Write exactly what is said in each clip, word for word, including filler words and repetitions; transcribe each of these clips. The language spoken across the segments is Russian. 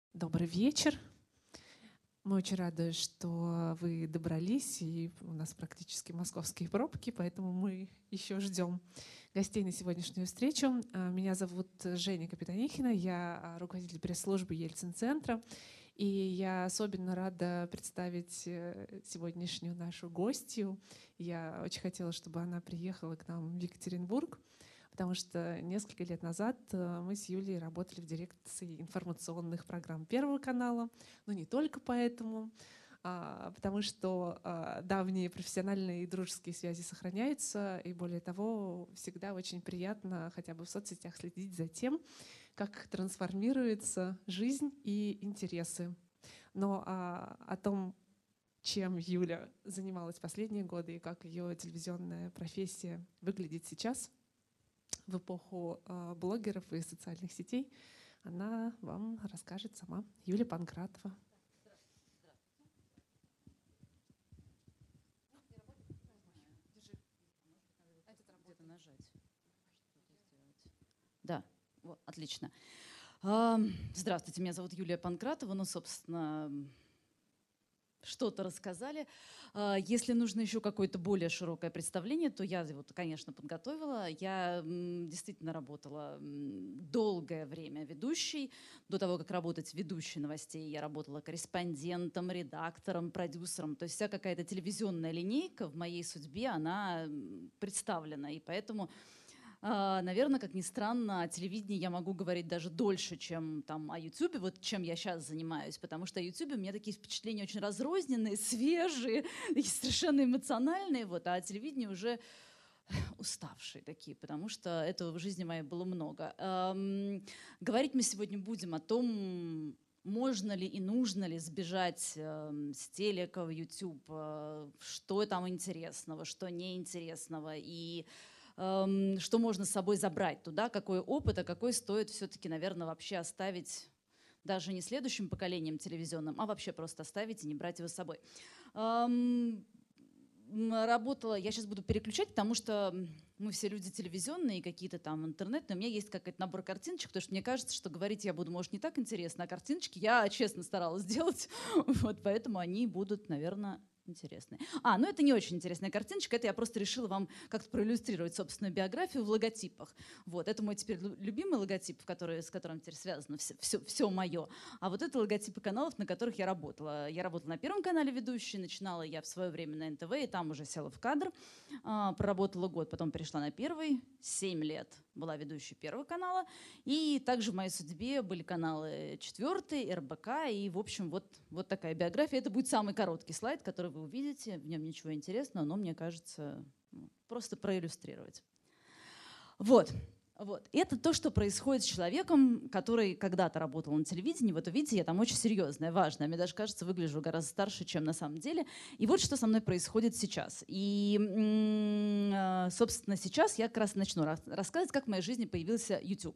Добрый вечер. Мы очень рады, что вы добрались, и у нас практически московские пробки, поэтому мы еще ждем гостей на сегодняшнюю встречу. Меня зовут Женя Капитонихина, я руководитель пресс-службы Ельцин-центра, и я особенно рада представить сегодняшнюю нашу гостью. Я очень хотела, чтобы она приехала к нам в Екатеринбург, потому что несколько лет назад мы с Юлей работали в дирекции информационных программ Первого канала, но не только поэтому, потому что давние профессиональные и дружеские связи сохраняются, и более того, всегда очень приятно хотя бы в соцсетях следить за тем, как трансформируется жизнь и интересы. Но о, о том, чем Юля занималась последние годы и как ее телевизионная профессия выглядит сейчас, в эпоху э, блогеров и социальных сетей, она вам расскажет сама. Юлия Панкратова. Да, вот, отлично. Здравствуйте, меня зовут Юлия Панкратова. Ну, собственно, что-то рассказали. Если нужно еще какое-то более широкое представление, то я его, конечно, подготовила. Я действительно работала долгое время ведущей. До того, как работать ведущей новостей, я работала корреспондентом, редактором, продюсером. То есть вся какая-то телевизионная линейка в моей судьбе, она представлена. И поэтому, наверное, как ни странно, о телевидении я могу говорить даже дольше, чем там, о Ютубе, вот чем я сейчас занимаюсь, потому что о Ютубе у меня такие впечатления очень разрозненные, свежие, и совершенно эмоциональные, вот, а о телевидении уже уставшие такие, потому что этого в жизни моей было много. Эм, говорить мы сегодня будем о том, можно ли и нужно ли сбежать э, с телека в YouTube, э, что там интересного, что неинтересного, и что можно с собой забрать туда, какой опыт, а какой стоит все-таки, наверное, вообще оставить даже не следующим поколениям телевизионным, а вообще просто оставить и не брать его с собой. Эм, работала, я сейчас буду переключать, потому что мы все люди телевизионные, какие-то там интернетные. У меня есть какой-то набор картиночек, потому что мне кажется, что говорить я буду, может, не так интересно, а картиночки я честно старалась сделать, вот, поэтому они будут, наверное, интересные. А, ну это не очень интересная картиночка, это я просто решила вам как-то проиллюстрировать собственную биографию в логотипах. Вот, это мой теперь любимый логотип, который, с которым теперь связано все, все, все мое. А вот это логотипы каналов, на которых я работала. Я работала на Первом канале ведущей, начинала я в свое время на эн тэ вэ, и там уже села в кадр. А, проработала год, потом перешла на Первый, семь лет была ведущей Первого канала. И также в моей судьбе были каналы Четвертый, эр бэ ка, и, в общем, вот, вот такая биография. Это будет самый короткий слайд, который вы увидите. В нем ничего интересного, но, мне кажется, просто проиллюстрировать. Вот. Вот. И это то, что происходит с человеком, который когда-то работал на телевидении. Вот видите, я там очень серьезная, важная. Мне даже кажется, выгляжу гораздо старше, чем на самом деле. И вот что со мной происходит сейчас. И, собственно, сейчас я как раз начну рассказывать, как в моей жизни появился YouTube.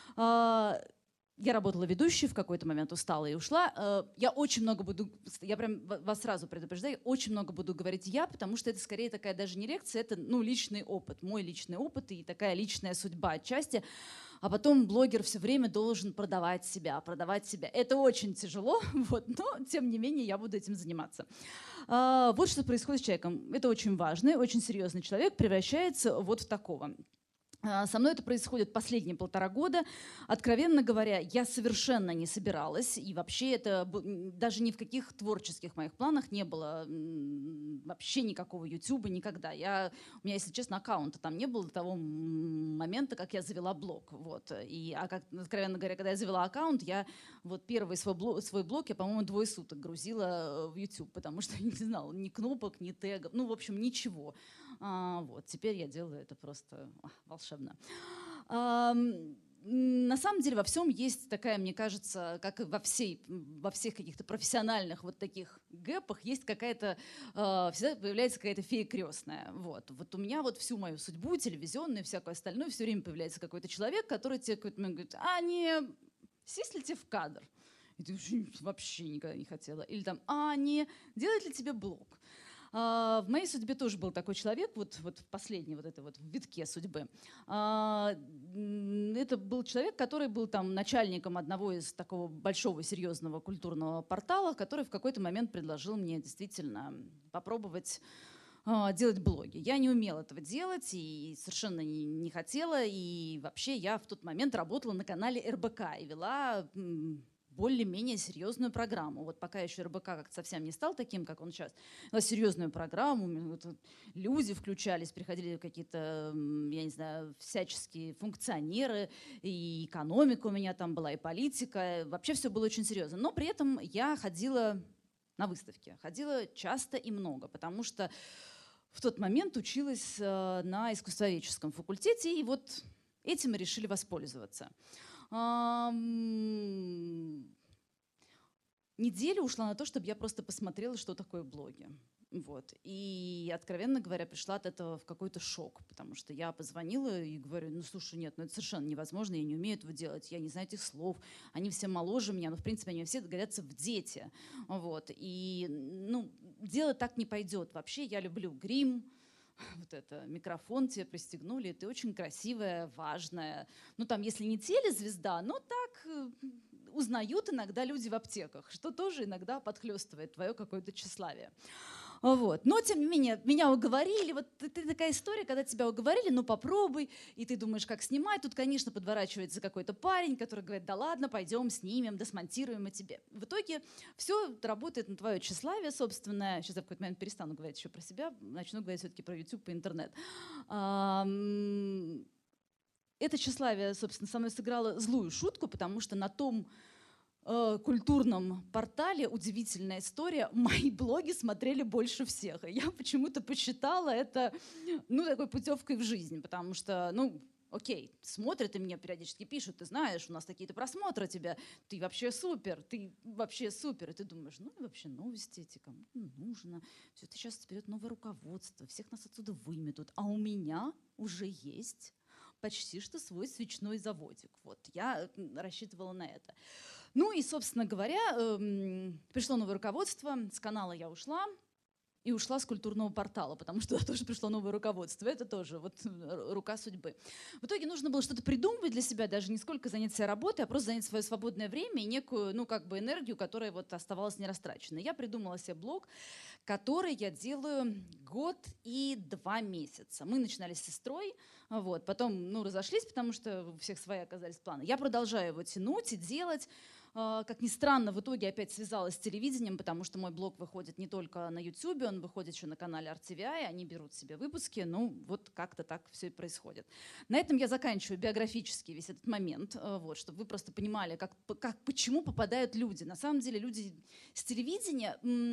Я работала ведущей, в какой-то момент устала и ушла. Я очень много буду, я прям вас сразу предупреждаю, очень много буду говорить я, потому что это скорее такая даже не лекция, это ну, личный опыт, мой личный опыт и такая личная судьба отчасти. А потом блогер все время должен продавать себя, продавать себя. Это очень тяжело, вот, но тем не менее я буду этим заниматься. Вот что происходит с человеком. Это очень важный, очень серьезный человек превращается вот в такого. Со мной это происходит последние полтора года. Откровенно говоря, я совершенно не собиралась. И вообще это даже ни в каких творческих моих планах не было вообще никакого Ютуба никогда. Я, у меня, если честно, аккаунта там не было до того момента, как я завела блог. Вот. И, а как, откровенно говоря, когда я завела аккаунт, я вот первый свой блог, свой блог я, по-моему, двое суток грузила в YouTube, потому что я не знала ни кнопок, ни тегов, ну, в общем, ничего. А, вот. Теперь я делаю это просто а, волшебно. А, на самом деле во всем есть такая, мне кажется, как и во, всей, во всех каких-то профессиональных вот таких гэпах, есть какая-то, э, всегда появляется какая-то фея крестная. Вот. Вот у меня вот всю мою судьбу, телевизионную и всякое остальное, все время появляется какой-то человек, который тебе говорит, а не сесть ли тебе в кадр? И ты вообще никогда не хотела. Или там, а не делать ли тебе блог? А, в моей судьбе тоже был такой человек, вот, вот в последней вот этой вот в витке судьбы. А, это был человек, который был там начальником одного из такого большого серьезного культурного портала, который в какой-то момент предложил мне действительно попробовать а, делать блоги. Я не умела этого делать и совершенно не, не хотела. И вообще я в тот момент работала на канале эр бэ ка и вела м, более-менее серьезную программу. Вот пока еще эр бэ ка как-то совсем не стал таким, как он сейчас. Вела серьезную программу, вот, люди включались, приходили какие-то, я не знаю, всяческие функционеры, и экономика у меня там была, и политика. Вообще все было очень серьезно. Но при этом я ходила на выставки. Ходила часто и много, потому что в тот момент училась э, на искусствоведческом факультете, и вот этим мы решили воспользоваться. Ам, Неделя ушла на то, чтобы я просто посмотрела, что такое блоги. Вот. И, откровенно говоря, пришла от этого в какой-то шок, потому что я позвонила и говорю, ну, слушай, нет, ну это совершенно невозможно, я не умею этого делать, я не знаю этих слов, они все моложе меня, но, в принципе, они все годятся в дети. Вот. И, ну, дело так не пойдет. Вообще, я люблю грим, вот это, микрофон тебе пристегнули, ты очень красивая, важная. Ну, там, если не телезвезда, но так узнают иногда люди в аптеках, что тоже иногда подхлестывает твое какое-то тщеславие. Вот. Но, тем не менее, меня уговорили. Вот это такая история, когда тебя уговорили, ну попробуй, и ты думаешь, как снимать. Тут, конечно, подворачивается какой-то парень, который говорит, да ладно, пойдем, снимем, досмонтируем и тебе. В итоге все работает на твое тщеславие собственное. Сейчас я в какой-то момент перестану говорить еще про себя, начну говорить все-таки про YouTube и интернет. Это тщеславие, собственно, со мной сыграло злую шутку, потому что на том культурном портале, удивительная история, мои блоги смотрели больше всех. И я почему-то посчитала это, ну, такой путевкой в жизнь, потому что, ну, окей, смотрят и мне периодически пишут, ты знаешь, у нас такие-то просмотры тебя, ты вообще супер, ты вообще супер. И ты думаешь, ну и вообще новости эти кому нужно, все это сейчас вперед новое руководство, всех нас отсюда выметут, а у меня уже есть почти что свой свечной заводик. Вот, я рассчитывала на это. Ну и, собственно говоря, эм, пришло новое руководство, с канала я ушла, и ушла с культурного портала, потому что туда тоже пришло новое руководство. Это тоже вот рука судьбы. В итоге нужно было что-то придумывать для себя, даже не сколько занять себя работой, а просто занять свое свободное время и некую, ну, как бы энергию, которая вот оставалась нерастраченной. Я придумала себе блог, который я делаю год и два месяца. Мы начинали с сестрой, вот, потом, ну, разошлись, потому что у всех свои оказались планы. Я продолжаю его тянуть и делать. Как ни странно, в итоге опять связалась с телевидением, потому что мой блог выходит не только на YouTube, он выходит еще на канале ар ти ви ай, они берут себе выпуски, ну вот как-то так все и происходит. На этом я заканчиваю биографически весь этот момент, вот, чтобы вы просто понимали, как, как, почему попадают люди. На самом деле люди с телевидения...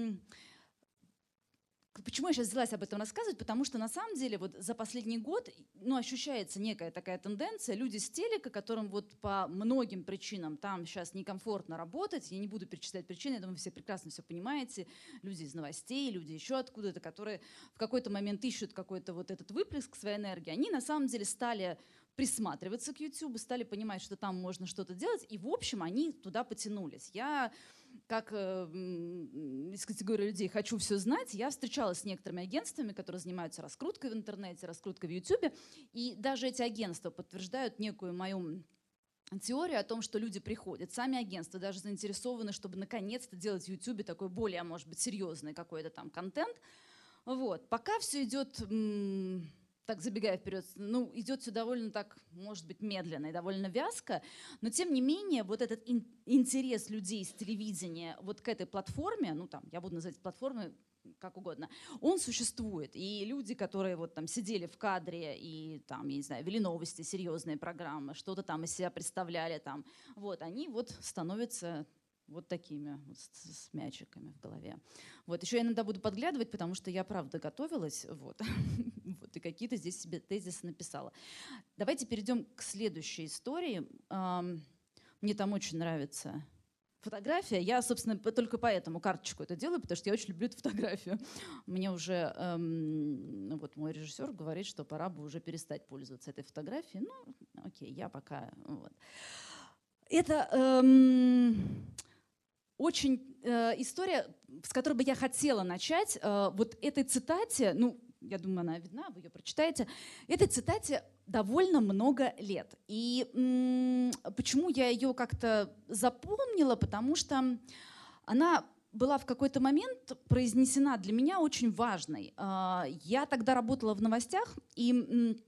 Почему я сейчас взялась об этом рассказывать? Потому что на самом деле вот за последний год, ну, ощущается некая такая тенденция. Люди с телека, которым вот по многим причинам там сейчас некомфортно работать, я не буду перечислять причины, я думаю, вы все прекрасно все понимаете. Люди из новостей, люди еще откуда-то, которые в какой-то момент ищут какой-то вот этот выплеск своей энергии, они на самом деле стали присматриваться к YouTube, стали понимать, что там можно что-то делать, и в общем они туда потянулись. Я как э, из категории людей «хочу все знать», я встречалась с некоторыми агентствами, которые занимаются раскруткой в интернете, раскруткой в YouTube, и даже эти агентства подтверждают некую мою теорию о том, что люди приходят, сами агентства даже заинтересованы, чтобы наконец-то делать в YouTube такой более, может быть, серьезный какой-то там контент. Вот. Пока все идет... так забегая вперед, ну, идет все довольно так, может быть, медленно и довольно вязко, но тем не менее вот этот ин- интерес людей с телевидения вот к этой платформе, ну там, я буду называть платформой как угодно, он существует. И люди, которые вот там сидели в кадре и там, я не знаю, вели новости, серьезные программы, что-то там из себя представляли там, вот, они вот становятся вот такими, вот с, с мячиками в голове. Вот. Еще я иногда буду подглядывать, потому что я правда готовилась, вот, вот, и какие-то здесь себе тезисы написала. Давайте перейдем к следующей истории. Мне там очень нравится фотография. Я, собственно, только поэтому карточку это делаю, потому что я очень люблю эту фотографию. Мне уже эм, вот мой режиссер говорит, что пора бы уже перестать пользоваться этой фотографией. Ну, окей, я пока... Вот. Это... Эм, очень э, история, с которой бы я хотела начать, э, вот этой цитате, ну, я думаю, она видна, вы ее прочитаете, этой цитате довольно много лет. И м, почему я ее как-то запомнила? Потому что она была в какой-то момент произнесена для меня очень важной. Э, я тогда работала в новостях, и м,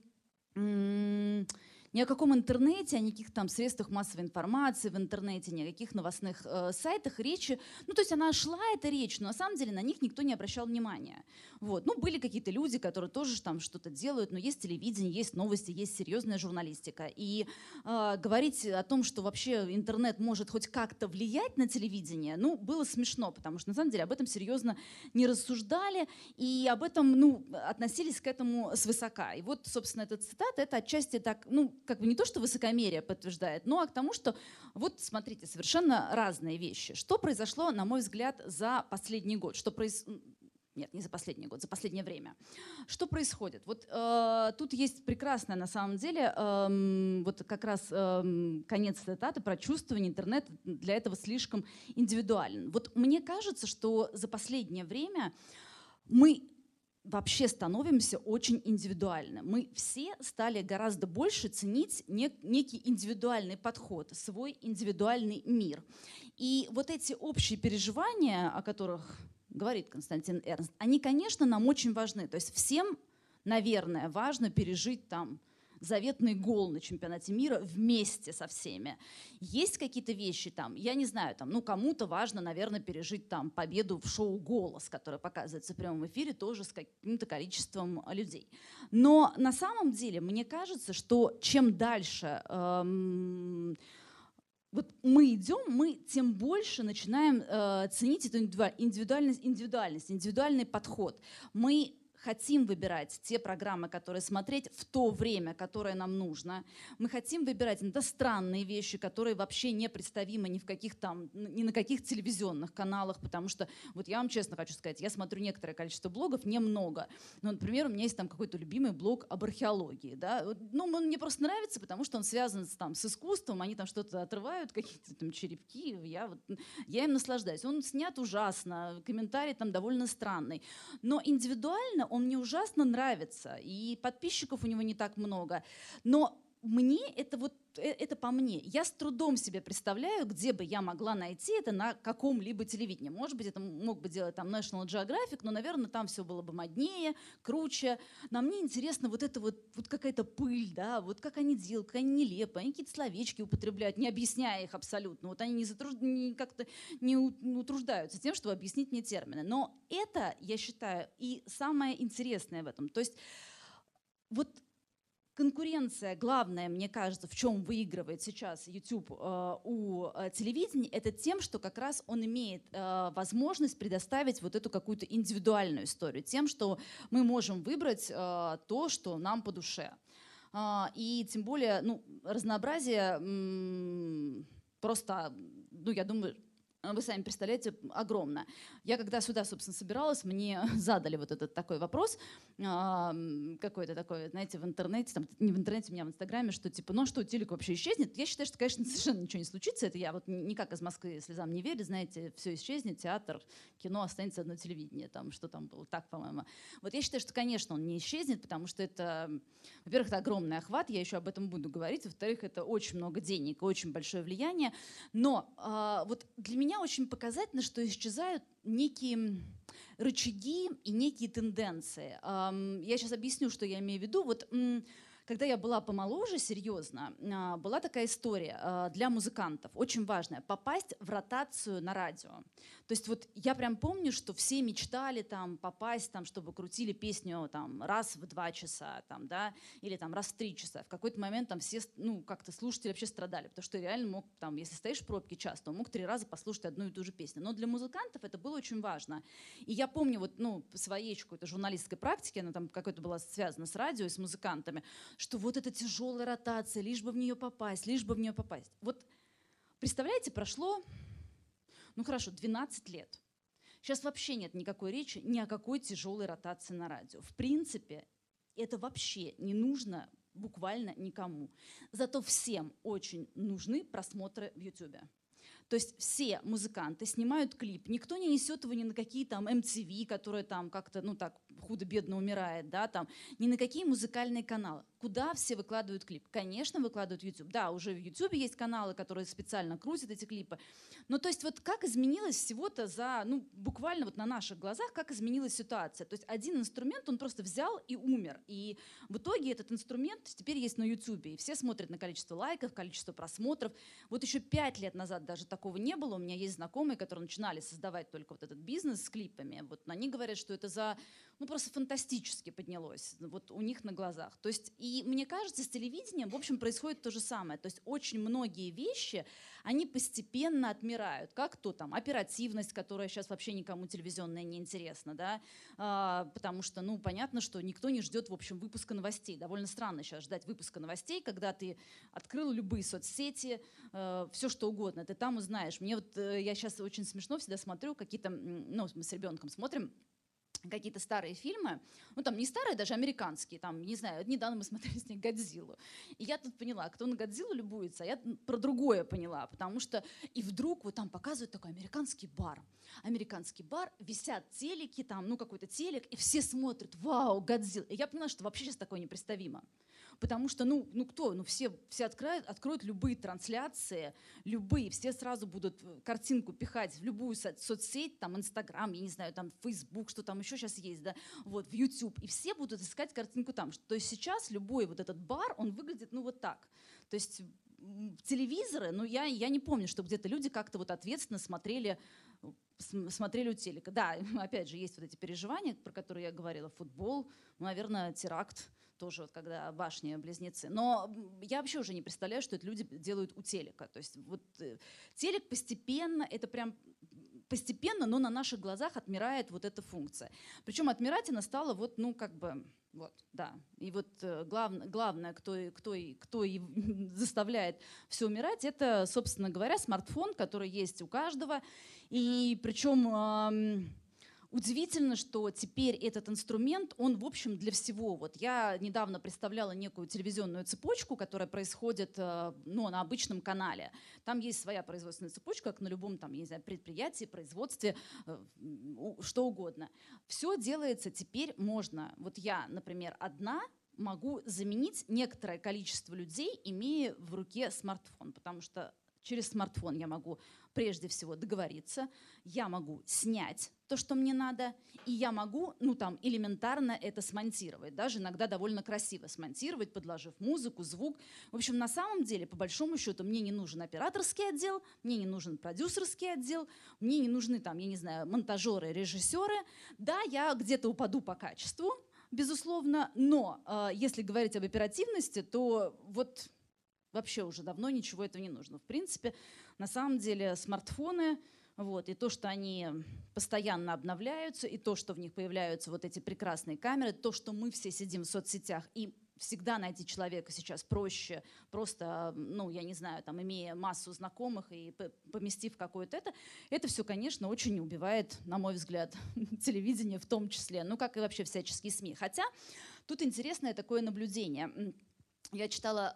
м, ни о каком интернете, о никаких там средствах массовой информации в интернете, ни о каких новостных э, сайтах речи. Ну, то есть она шла, эта речь, но на самом деле на них никто не обращал внимания. Вот. Ну, были какие-то люди, которые тоже там что-то делают, но есть телевидение, есть новости, есть серьезная журналистика. И э, говорить о том, что вообще интернет может хоть как-то влиять на телевидение, ну, было смешно, потому что на самом деле об этом серьезно не рассуждали и об этом, ну, относились к этому свысока. И вот, собственно, эта цитата, это отчасти так, ну, как бы не то, что высокомерие подтверждает, но к тому, что вот, смотрите, совершенно разные вещи. Что произошло, на мой взгляд, за последний год? Что произ... Нет, не за последний год, за последнее время. Что происходит? Вот э, тут есть прекрасная, на самом деле, э, вот как раз э, конец цитаты про чувствование. Интернет для этого слишком индивидуален. Вот мне кажется, что за последнее время мы вообще становимся очень индивидуальны. Мы все стали гораздо больше ценить нек- некий индивидуальный подход, свой индивидуальный мир. И вот эти общие переживания, о которых говорит Константин Эрнст, они, конечно, нам очень важны. То есть всем, наверное, важно пережить там заветный гол на чемпионате мира вместе со всеми. Есть какие-то вещи там, я не знаю, там, ну кому-то важно, наверное, пережить там победу в шоу «Голос», которое показывается в прямом эфире тоже с каким-то количеством людей. Но на самом деле мне кажется, что чем дальше эм, вот мы идем, мы тем больше начинаем э, ценить эту индивидуальность, индивидуальность, индивидуальный подход. Мы хотим выбирать те программы, которые смотреть в то время, которое нам нужно. Мы хотим выбирать иногда странные вещи, которые вообще не представимы ни в каких там, ни на каких телевизионных каналах, потому что, вот я вам честно хочу сказать, я смотрю некоторое количество блогов, немного. Но, например, у меня есть там какой-то любимый блог об археологии. Да? Ну, он мне просто нравится, потому что он связан с, там, с искусством, они там что-то отрывают, какие-то там черепки, я, вот, я им наслаждаюсь. Он снят ужасно, комментарий там довольно странный. Но индивидуально он мне ужасно нравится, и подписчиков у него не так много. Но мне это вот, это по мне. Я с трудом себе представляю, где бы я могла найти это на каком-либо телевидении. Может быть, это мог бы делать там National Geographic, но, наверное, там все было бы моднее, круче. Но мне интересно вот это вот, вот какая-то пыль, да, вот как они делают, как они нелепо, они какие-то словечки употребляют, не объясняя их абсолютно. Вот они не, затруж... не как-то не утруждаются тем, чтобы объяснить мне термины. Но это, я считаю, и самое интересное в этом. То есть вот конкуренция главная, мне кажется, в чем выигрывает сейчас YouTube э, у э, телевидения, это тем, что как раз он имеет э, возможность предоставить вот эту какую-то индивидуальную историю, тем, что мы можем выбрать э, то, что нам по душе. Э, и тем более, ну, разнообразие м- просто, ну, я думаю, вы сами представляете, огромно. Я когда сюда, собственно, собиралась, мне задали вот этот такой вопрос, какой-то такой, знаете, в интернете, там, не в интернете, у меня в Инстаграме, что типа, ну что, телек вообще исчезнет? Я считаю, что, конечно, совершенно ничего не случится. Это я вот никак из Москвы слезам не верю, знаете, все исчезнет, театр, кино, останется одно телевидение, там, что там было, так, по-моему. Вот я считаю, что, конечно, он не исчезнет, потому что это, во-первых, это огромный охват, я еще об этом буду говорить, во-вторых, это очень много денег, очень большое влияние, но а, вот для меня Меня очень показательно, что исчезают некие рычаги и некие тенденции. Я сейчас объясню, что я имею в виду. Вот когда я была помоложе, серьезно, была такая история для музыкантов, очень важная, попасть в ротацию на радио. То есть вот я прям помню, что все мечтали там попасть, там, чтобы крутили песню там, раз в два часа, там, да, или там, раз в три часа. В какой-то момент там все, ну, как-то слушатели вообще страдали, потому что реально мог, там, если стоишь в пробке часто, он мог три раза послушать одну и ту же песню. Но для музыкантов это было очень важно. И я помню вот, ну, по своей какой-то журналистской практике, она там какой-то была связана с радио и с музыкантами, что вот эта тяжелая ротация, лишь бы в нее попасть, лишь бы в нее попасть. Вот представляете, прошло, ну хорошо, двенадцать лет. Сейчас вообще нет никакой речи ни о какой тяжелой ротации на радио. В принципе, это вообще не нужно буквально никому. Зато всем очень нужны просмотры в Ютубе. То есть все музыканты снимают клип, никто не несет его ни на какие там эм ти ви, которая там как-то, ну так, худо-бедно умирает, да, там, ни на какие музыкальные каналы. Куда все выкладывают клип? Конечно, выкладывают в YouTube. Да, уже в YouTube есть каналы, которые специально крутят эти клипы. Но то есть вот как изменилось всего-то за, ну, буквально вот на наших глазах, как изменилась ситуация. То есть один инструмент, он просто взял и умер. И в итоге этот инструмент теперь есть на YouTube. И все смотрят на количество лайков, количество просмотров. Вот еще пять лет назад даже такого не было. У меня есть знакомые, которые начинали создавать только вот этот бизнес с клипами. Вот они говорят, что это за, ну, просто фантастически поднялось. Вот у них на глазах. То есть, и мне кажется, с телевидением, в общем, происходит то же самое. То есть очень многие вещи, они постепенно отмирают. Как то там оперативность, которая сейчас вообще никому телевизионная не интересна, да? а, потому что, ну, понятно, что никто не ждет, в общем, выпуска новостей. Довольно странно сейчас ждать выпуска новостей, когда ты открыл любые соцсети, э, все что угодно, ты там узнаешь. Мне вот, э, я сейчас очень смешно всегда смотрю какие-то, ну, мы с ребенком смотрим, какие-то старые фильмы, ну там не старые, даже американские, там, не знаю, недавно мы смотрели с ней «Годзиллу». И я тут поняла, кто на «Годзиллу» любуется, а я про другое поняла, потому что и вдруг вот там показывают такой американский бар. Американский бар, висят телеки, там, ну какой-то телек, и все смотрят, вау, «Годзилла». И я поняла, что вообще сейчас такое непредставимо. Потому что, ну, ну кто? Ну все, все откроют, откроют любые трансляции, любые, все сразу будут картинку пихать в любую со- соцсеть, там, Инстаграм, я не знаю, там, Фейсбук, что там еще сейчас есть, да, вот, в Ютуб, и все будут искать картинку там. То есть сейчас любой вот этот бар, он выглядит, ну, вот так. То есть телевизоры, ну, я, я не помню, что где-то люди как-то вот ответственно смотрели, смотрели у телека. Да, опять же, есть вот эти переживания, про которые я говорила, футбол, ну, наверное, теракт, тоже вот когда башни-близнецы. Но я вообще уже не представляю, что это люди делают у телека. То есть вот телек постепенно, это прям постепенно, но на наших глазах отмирает вот эта функция. Причем отмирать она стала вот, ну, как бы, вот, да. И вот глав, главное, кто, кто, кто и заставляет все умирать, это, собственно говоря, смартфон, который есть у каждого. И причем... Эм, Удивительно, что теперь этот инструмент, он, в общем, для всего. Вот я недавно представляла некую телевизионную цепочку, которая происходит, ну, на обычном канале. Там есть своя производственная цепочка, как на любом там, я не знаю, предприятии, производстве, что угодно. Все делается теперь можно. Вот я, например, одна могу заменить некоторое количество людей, имея в руке смартфон, потому что через смартфон я могу прежде всего договориться, я могу снять то, что мне надо, и я могу, ну там, элементарно это смонтировать, даже иногда довольно красиво смонтировать, подложив музыку, звук. В общем, на самом деле, по большому счету, мне не нужен операторский отдел, мне не нужен продюсерский отдел, мне не нужны там, я не знаю, монтажеры, режиссеры. Да, я где-то упаду по качеству, безусловно, но э, если говорить об оперативности, то вот... Вообще уже давно ничего этого не нужно. В принципе, на самом деле смартфоны, вот, и то, что они постоянно обновляются, и то, что в них появляются вот эти прекрасные камеры, то, что мы все сидим в соцсетях, и всегда найти человека сейчас проще, просто, ну, я не знаю, там, имея массу знакомых и поместив какое-то это, это все, конечно, очень убивает, на мой взгляд, телевидение в том числе, ну, как и вообще всяческие СМИ. Хотя тут интересное такое наблюдение. Я читала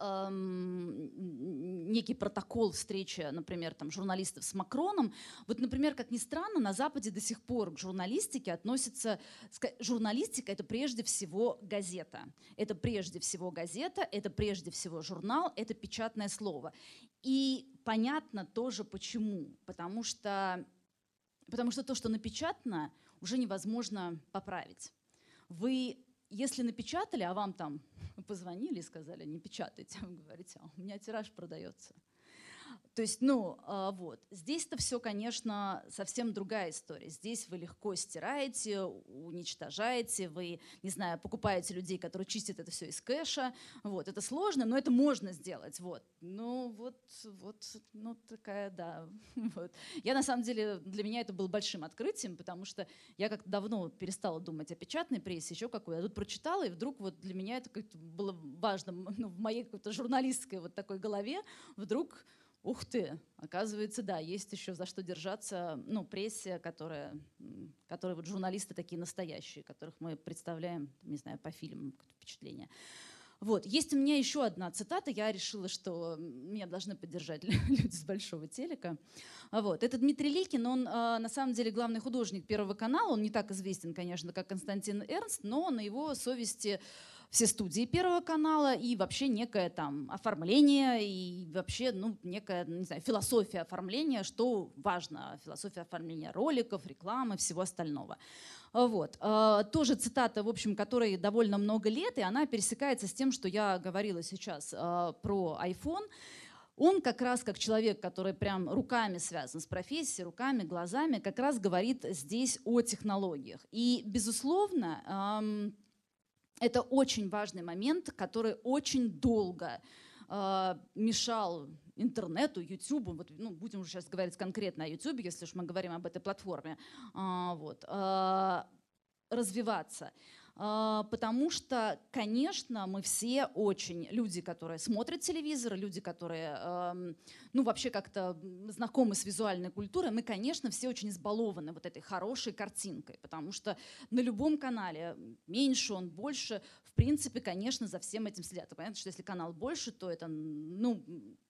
эм, некий протокол встречи, например, там, журналистов с Макроном. Вот, например, как ни странно, на Западе до сих пор к журналистике относятся... Журналистика — это прежде всего газета. Это прежде всего газета, это прежде всего журнал, это печатное слово. И понятно тоже почему. Потому что, потому что то, что напечатано, уже невозможно поправить. Вы... Если напечатали, а вам там позвонили и сказали, не печатайте, вы говорите, а у меня тираж продается. То есть, ну, вот. Здесь-то все, конечно, совсем другая история. Здесь вы легко стираете, уничтожаете, вы, не знаю, покупаете людей, которые чистят это все из кэша. Вот. Это сложно, но это можно сделать. Вот. Ну, вот, вот, ну, такая, да. Вот. Я, на самом деле, для меня это было большим открытием, потому что я как-то давно перестала думать о печатной прессе, еще какой. Я тут прочитала, и вдруг вот для меня это как-то было важно, ну, в моей какой-то журналистской вот такой голове вдруг... Ух ты, оказывается, да, есть еще за что держаться, ну, прессе, которая, которые вот журналисты такие настоящие, которых мы представляем, не знаю, по фильмам, впечатление. Вот. Есть у меня еще одна цитата, я решила, что меня должны поддержать люди с большого телека. Вот. Это Дмитрий Ликин, он на самом деле главный художник Первого канала, он не так известен, конечно, как Константин Эрнст, но на его совести все студии Первого канала и вообще некое там оформление и вообще ну, некая, не знаю, философия оформления, что важно, философия оформления роликов, рекламы, всего остального. Вот. Тоже цитата, в общем, которой довольно много лет, и она пересекается с тем, что я говорила сейчас про iPhone. Он как раз, как человек, который прям руками связан с профессией, руками, глазами, как раз говорит здесь о технологиях. И, безусловно, это очень важный момент, который очень долго э, мешал интернету, Ютубу, вот, ну, будем уже сейчас говорить конкретно о Ютубе, если уж мы говорим об этой платформе, э, вот, э, развиваться. Э, потому что, конечно, мы все очень, люди, которые смотрят телевизор, люди, которые э, ну, вообще как-то знакомы с визуальной культурой, мы, конечно, все очень избалованы вот этой хорошей картинкой, потому что на любом канале, меньше он, больше, в принципе, конечно, за всем этим следят. Понятно, что если канал больше, то это, ну,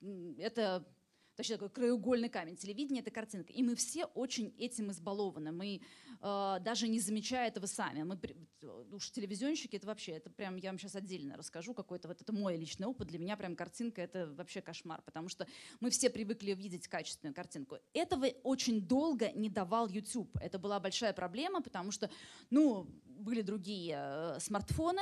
это точнее, такой краеугольный камень. Телевидение — это картинка. И мы все очень этим избалованы. Мы э, даже не замечая этого сами. Мы, уж телевизионщики — это вообще, это прям, я вам сейчас отдельно расскажу, какой-то вот это мой личный опыт. Для меня прям картинка — это вообще кошмар, потому что мы все привыкли видеть качественную картинку. Этого очень долго не давал YouTube. Это была большая проблема, потому что, ну, были другие э, смартфоны,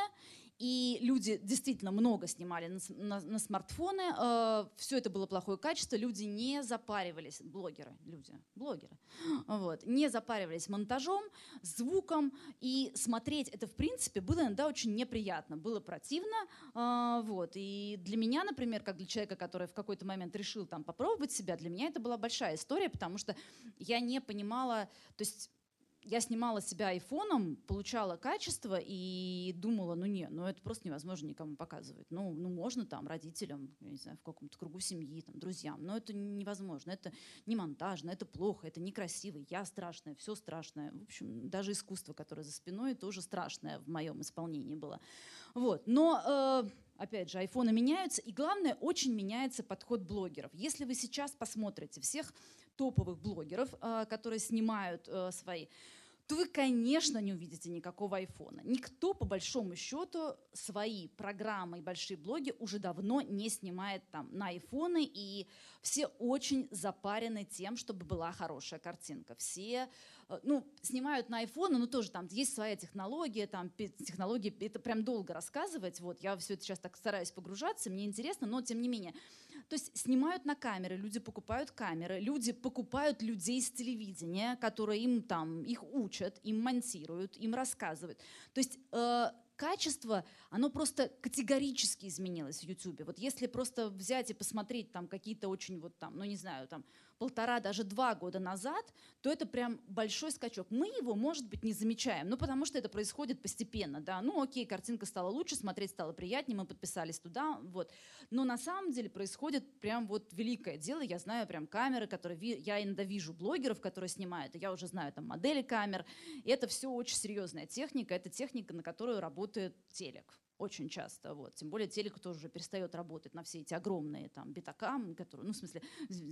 и люди действительно много снимали на, на, на смартфоны. Э, все это было плохое качество. Люди не запаривались, блогеры, люди, блогеры, вот, не запаривались монтажом, звуком. И смотреть это, в принципе, было иногда очень неприятно, было противно. Э, вот. И для меня, например, как для человека, который в какой-то момент решил там попробовать себя, для меня это была большая история, потому что я не понимала, то есть я снимала себя айфоном, получала качество и думала, ну не, ну это просто невозможно никому показывать. Ну, ну можно там родителям, я не знаю, в каком-то кругу семьи, там, друзьям, но это невозможно, это не монтажно, это плохо, это некрасиво, я страшная, все страшное. В общем, даже искусство, которое за спиной, тоже страшное в моем исполнении было. Вот. Но, э, опять же, айфоны меняются, и главное, очень меняется подход блогеров. Если вы сейчас посмотрите всех топовых блогеров, э, которые снимают э, свои, то вы, конечно, не увидите никакого айфона. Никто, по большому счету, свои программы и большие блоги уже давно не снимает там на айфоны, и все очень запарены тем, чтобы была хорошая картинка. Все, ну, снимают на айфоны, но тоже там есть своя технология, там технологии, это прям долго рассказывать. Вот, я все это сейчас так стараюсь погружаться, мне интересно, но тем не менее. То есть снимают на камеры, люди покупают камеры, люди покупают людей с телевидения, которые им там, их учат, им монтируют, им рассказывают. То есть э, качество, оно просто категорически изменилось в Ютубе. Вот если просто взять и посмотреть там какие-то очень вот там, ну не знаю, там полтора, даже два года назад, то это прям большой скачок. Мы его, может быть, не замечаем, ну потому что это происходит постепенно, да. Ну окей, картинка стала лучше, смотреть стало приятнее, мы подписались туда, вот. Но на самом деле происходит прям вот великое дело. Я знаю прям камеры, которые, ви... я иногда вижу блогеров, которые снимают, и я уже знаю там модели камер, и это все очень серьезная техника, это техника, на которую работает телек. Очень часто, вот. Тем более телек тоже уже перестает работать на все эти огромные там битакам, которые, ну в смысле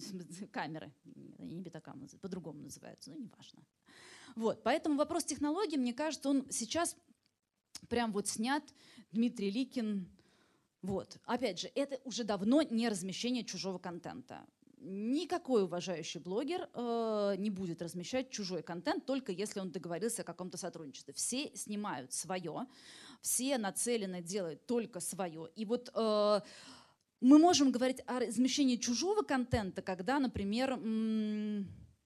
камеры, не битакам, по-другому называются, ну неважно. Вот, поэтому вопрос технологий, мне кажется, он сейчас прям вот снят, Дмитрий Ликин, вот. Опять же, это уже давно не размещение чужого контента. Никакой уважающий блогер э, не будет размещать чужой контент, только если он договорился о каком-то сотрудничестве. Все снимают свое, все нацелены делать только свое. И вот э, мы можем говорить о размещении чужого контента, когда, например, м-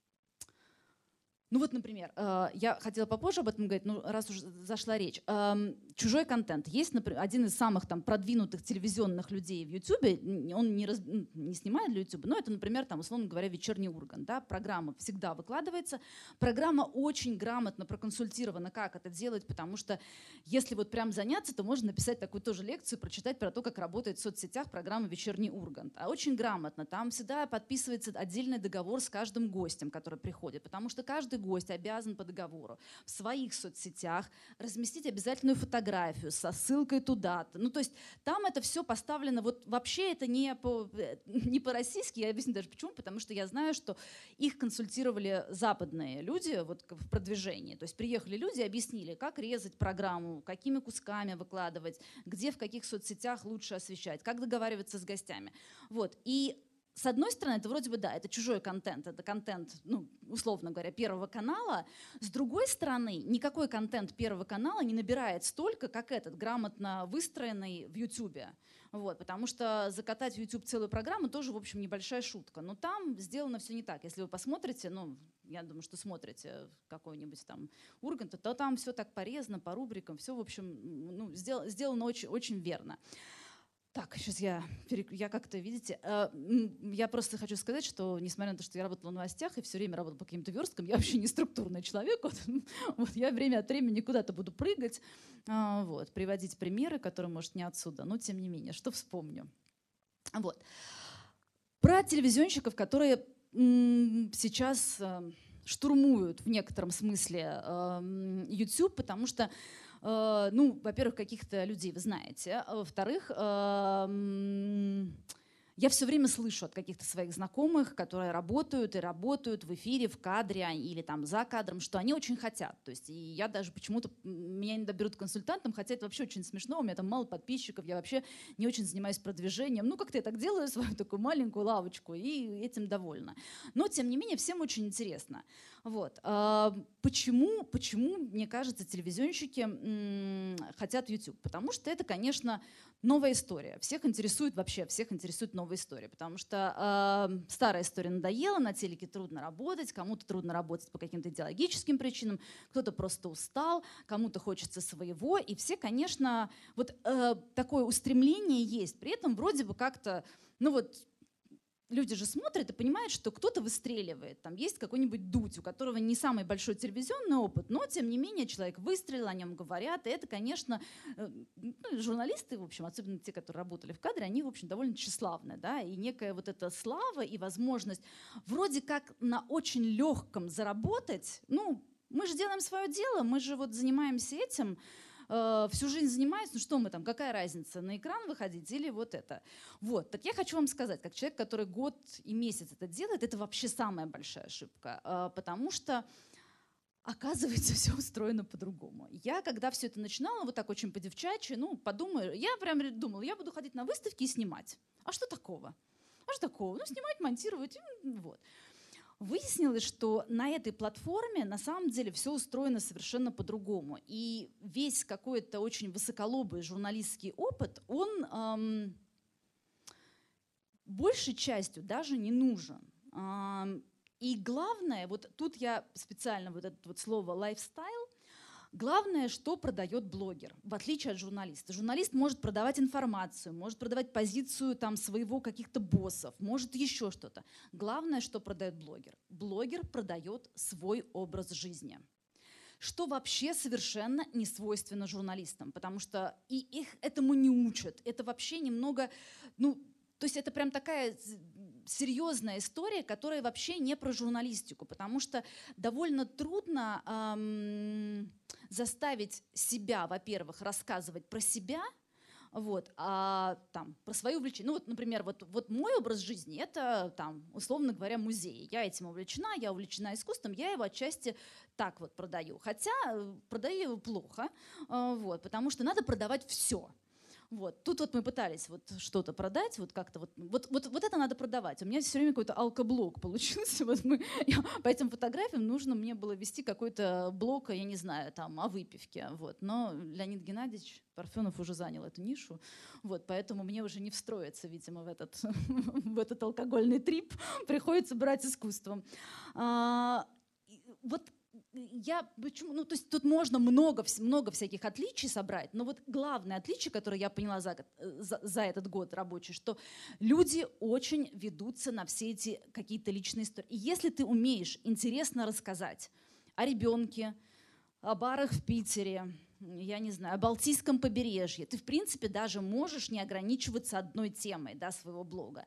ну вот, например, э, я хотела попозже об этом говорить, но раз уже зашла речь. Э, чужой контент. Есть, например, один из самых там продвинутых телевизионных людей в Ютубе, он не, раз, не снимает для Ютуба, но это, например, там, условно говоря, «Вечерний Ургант». Да? Программа всегда выкладывается. Программа очень грамотно проконсультирована, как это делать, потому что если вот прям заняться, то можно написать такую тоже лекцию, прочитать про то, как работает в соцсетях программа «Вечерний Ургант». А очень грамотно. Там всегда подписывается отдельный договор с каждым гостем, который приходит, потому что каждый гость обязан по договору в своих соцсетях разместить обязательную фотографию со ссылкой туда-то. Ну, то есть там это все поставлено, вот вообще это не, по, не по-российски, я объясню даже почему, потому что я знаю, что их консультировали западные люди вот в продвижении. То есть приехали люди и объяснили, как резать программу, какими кусками выкладывать, где, в каких соцсетях лучше освещать, как договариваться с гостями. Вот. И с одной стороны, это вроде бы, да, это чужой контент, это контент, ну, условно говоря, Первого канала. С другой стороны, никакой контент Первого канала не набирает столько, как этот, грамотно выстроенный в Ютубе. Вот, потому что закатать в YouTube целую программу тоже, в общем, небольшая шутка. Но там сделано все не так. Если вы посмотрите, ну, я думаю, что смотрите какой-нибудь там Урганта, то там все так порезано, по рубрикам, все, в общем, ну, сделано, сделано очень, очень верно. Так, сейчас я, я как-то, видите, э, я просто хочу сказать, что несмотря на то, что я работала в новостях и все время работала по каким-то версткам, я вообще не структурный человек. Вот, вот я время от времени куда-то буду прыгать, э, вот, приводить примеры, которые, может, не отсюда, но тем не менее, что вспомню. Вот. Про телевизионщиков, которые м, сейчас э, штурмуют в некотором смысле э, YouTube, потому что ну, во-первых, каких-то людей вы знаете, а во-вторых, я все время слышу от каких-то своих знакомых, которые работают и работают в эфире, в кадре или там за кадром, что они очень хотят. То есть и я даже почему-то, меня иногда берут консультантом, хотя это вообще очень смешно, у меня там мало подписчиков, я вообще не очень занимаюсь продвижением. Ну, как-то я так делаю свою такую маленькую лавочку и этим довольна. Но, тем не менее, всем очень интересно. Вот. Почему, почему, мне кажется, телевизионщики хотят YouTube? Потому что это, конечно, новая история. Всех интересует вообще, всех интересует новая история, потому что э, старая история надоела, на телеке трудно работать, кому-то трудно работать по каким-то идеологическим причинам, кто-то просто устал, кому-то хочется своего, и все, конечно, вот э, такое устремление есть. При этом вроде бы как-то, ну вот, люди же смотрят и понимают, что кто-то выстреливает. Там есть какой-нибудь Дудь, у которого не самый большой телевизионный опыт, но, тем не менее, человек выстрелил, о нем говорят. И это, конечно, ну, журналисты, в общем, особенно те, которые работали в кадре, они, в общем, довольно тщеславны. Да? И некая вот эта слава и возможность вроде как на очень легком заработать. Ну, мы же делаем свое дело, мы же вот занимаемся этим, всю жизнь занимаюсь, ну что мы там, какая разница, на экран выходить или вот это. Вот, так я хочу вам сказать, как человек, который год и месяц это делает, это вообще самая большая ошибка, потому что оказывается, все устроено по-другому. Я, когда все это начинала, вот так очень по-девчачьи, ну, подумаю, я прям думала, я буду ходить на выставки и снимать. А что такого? А что такого? Ну, снимать, монтировать, вот. Выяснилось, что на этой платформе на самом деле все устроено совершенно по-другому. И весь какой-то очень высоколобый журналистский опыт, он эм, большей частью даже не нужен. Эм, и главное, вот тут я специально вот это вот слово «лайфстайл», главное, что продает блогер, в отличие от журналиста. Журналист может продавать информацию, может продавать позицию там, своего каких-то боссов, может еще что-то. Главное, что продает блогер. Блогер продает свой образ жизни. Что вообще совершенно не свойственно журналистам, потому что и их этому не учат. Это вообще немного, ну, то есть это прям такая серьезная история, которая вообще не про журналистику, потому что довольно трудно эм, заставить себя, во-первых, рассказывать про себя, вот, а там, про свои увлечения. Ну вот, например, вот, вот мой образ жизни — это, там, условно говоря, музей. Я этим увлечена, я увлечена искусством, я его отчасти так вот продаю. Хотя продаю его плохо, э, вот, потому что надо продавать все. Вот. Тут вот мы пытались вот что-то продать, вот как-то вот, вот, вот, вот это надо продавать. У меня все время какой-то алкоблог получился. Вот мы, я, по этим фотографиям нужно мне было вести какой-то блог, я не знаю, там, о выпивке. Вот. Но Леонид Геннадьевич Парфенов уже занял эту нишу, вот, поэтому мне уже не встроиться, видимо, в этот, в этот алкогольный трип. Приходится брать искусством. А, вот Я, почему, ну, то есть тут можно много, много всяких отличий собрать, но вот главное отличие, которое я поняла за, за, за этот год рабочий, что люди очень ведутся на все эти какие-то личные истории. И если ты умеешь интересно рассказать о ребенке, о барах в Питере, я не знаю, о Балтийском побережье, ты, в принципе, даже можешь не ограничиваться одной темой, да, своего блога.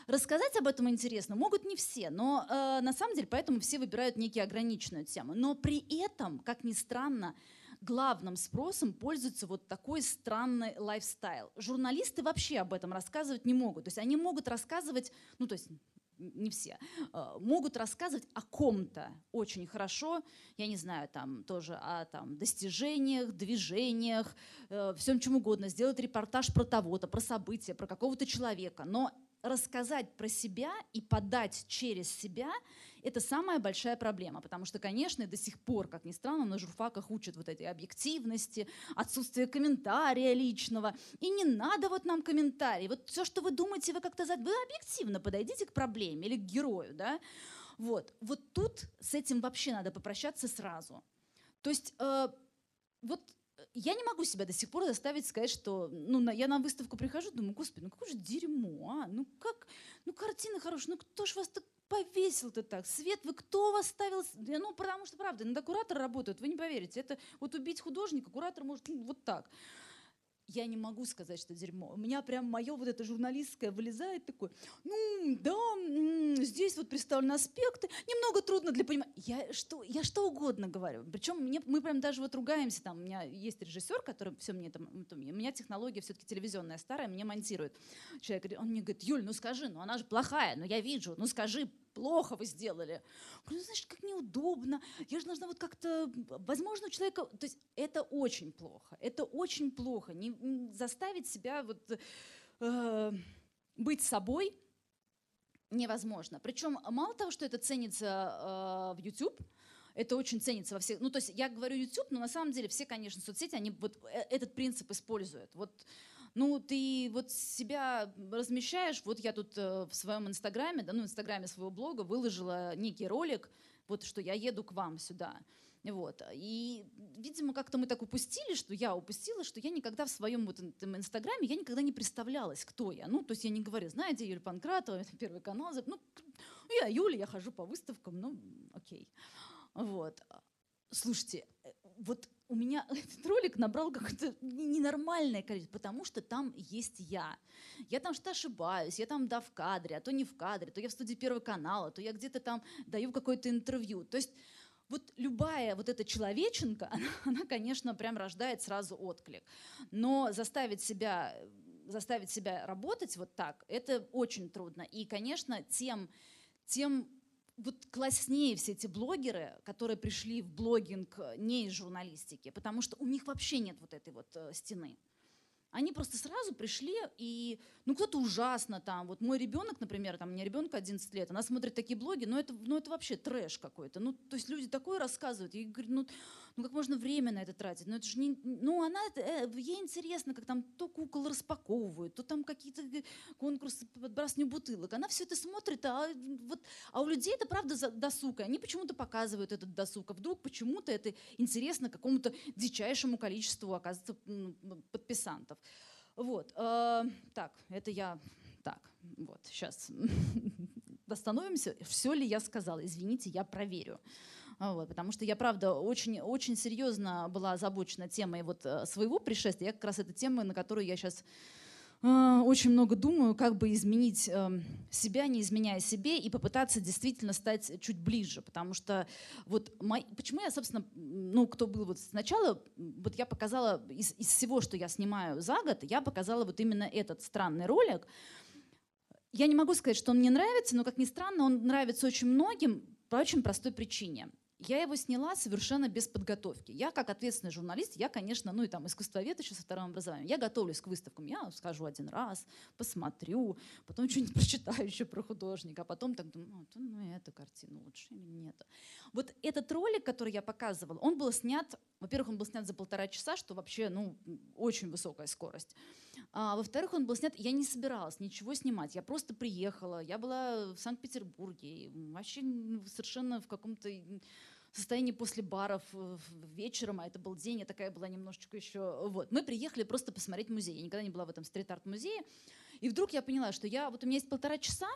рассказать об этом интересно могут не все, но э, на самом деле поэтому все выбирают некие ограниченную тему. Но при этом, как ни странно, главным спросом пользуется вот такой странный лайфстайл. Журналисты вообще об этом рассказывать не могут. То есть они могут рассказывать, ну то есть не все, могут рассказывать о ком-то очень хорошо, я не знаю, там тоже о там, достижениях, движениях, э, всем чем угодно, сделать репортаж про того-то, про события, про какого-то человека. Но рассказать про себя и подать через себя – это самая большая проблема, потому что, конечно, до сих пор, как ни странно, на журфаках учат вот этой объективности, отсутствие комментария личного. И не надо вот нам комментарий. Вот все, что вы думаете, вы как-то... Вы объективно подойдите к проблеме или к герою, да? Вот, вот тут с этим вообще надо попрощаться сразу. То есть э, вот я не могу себя до сих пор заставить сказать, что ну, на, я на выставку прихожу, думаю, господи, ну какое же дерьмо, а? Ну как, ну картины хорошие, ну кто ж вас так повесил-то так? Свет, вы кто вас ставил? Ну потому что, правда, иногда кураторы работают, вы не поверите, это вот убить художника, куратор может ну, вот так. Я не могу сказать, что дерьмо. У меня прям мое вот это журналистское вылезает такое, ну да, здесь вот представлены аспекты, немного трудно для понимания. Я что, я что угодно говорю. Причем мне, мы прям даже вот ругаемся, там у меня есть режиссер, который все мне там, у меня технология все-таки телевизионная старая, мне монтирует. Человек, он мне говорит, Юль, ну скажи, ну она же плохая, ну я вижу, ну скажи, плохо вы сделали. Я говорю, ну, знаешь, как неудобно. Я же должна вот как-то... Возможно, у человека... То есть это очень плохо. Это очень плохо. Не, не заставить себя вот, э, быть собой невозможно. Причем мало того, что это ценится э, в YouTube, это очень ценится во всех... Ну, то есть я говорю YouTube, но на самом деле все, конечно, соцсети, они вот этот принцип используют. Вот ну, ты вот себя размещаешь, вот я тут э, в своем инстаграме, да, ну, в инстаграме своего блога выложила некий ролик, вот, что я еду к вам сюда. Вот. И, видимо, как-то мы так упустили, что я упустила, что я никогда в своем вот этом инстаграме, я никогда не представлялась, кто я. Ну, то есть я не говорю, знаете, Юлия Панкратова, это Первый канал. Ну, я Юля, я хожу по выставкам, ну, окей. Вот. Слушайте, вот у меня этот ролик набрал какое-то ненормальное количество, потому что там есть я. Я там что-то ошибаюсь, я там да в кадре, а то не в кадре, то я в студии Первого канала, то я где-то там даю какое-то интервью. То есть вот любая вот эта человеченка, она, она, конечно, прям рождает сразу отклик. Но заставить себя, заставить себя работать вот так, это очень трудно. И, конечно, тем... тем вот класснее все эти блогеры, которые пришли в блогинг не из журналистики, потому что у них вообще нет вот этой вот э, стены. Они просто сразу пришли, и ну кто-то ужасно там. Вот мой ребенок, например, там, у меня ребенку одиннадцать лет, она смотрит такие блоги, но это, ну, это вообще трэш какой-то. Ну, то есть люди такое рассказывают. Я говорю, ну, ну как можно время на это тратить? Ну, это же не... Ну, она, э, ей интересно, как там то кукол распаковывают, то там какие-то конкурсы по подбрасыванию бутылок. Она все это смотрит, а, вот, а у людей это правда досуг. И они почему-то показывают этот досуг. А вдруг почему-то это интересно какому-то дичайшему количеству, оказывается, подписантов. Вот, э, так, это я, так, вот, сейчас остановимся, все ли я сказала, извините, я проверю. Вот, потому что я, правда, очень, очень серьезно была озабочена темой вот своего пришествия. Я как раз эта тема, на которую я сейчас э, очень много думаю, как бы изменить э, себя, не изменяя себе, и попытаться действительно стать чуть ближе. Потому что вот мой, почему я, собственно, ну, кто был вот сначала, вот я показала из, из всего, что я снимаю за год, я показала вот именно этот странный ролик. Я не могу сказать, что он мне нравится, но, как ни странно, он нравится очень многим по очень простой причине. Я его сняла совершенно без подготовки. Я, как ответственный журналист, я, конечно, ну и там искусствовед еще со вторым образованием, я готовлюсь к выставкам. Я схожу один раз, посмотрю, потом что-нибудь прочитаю еще про художника, а потом так думаю, ну эту картину лучше или нет. Вот этот ролик, который я показывала, он был снят, во-первых, он был снят за полтора часа, что вообще, ну, очень высокая скорость. А, во-вторых, он был снят, я не собиралась ничего снимать, я просто приехала, я была в Санкт-Петербурге, вообще совершенно в каком-то состоянии после баров вечером, а это был день, я такая была немножечко еще... Вот. Мы приехали просто посмотреть музей, я никогда не была в этом стрит-арт-музее, и вдруг я поняла, что я, вот у меня есть полтора часа,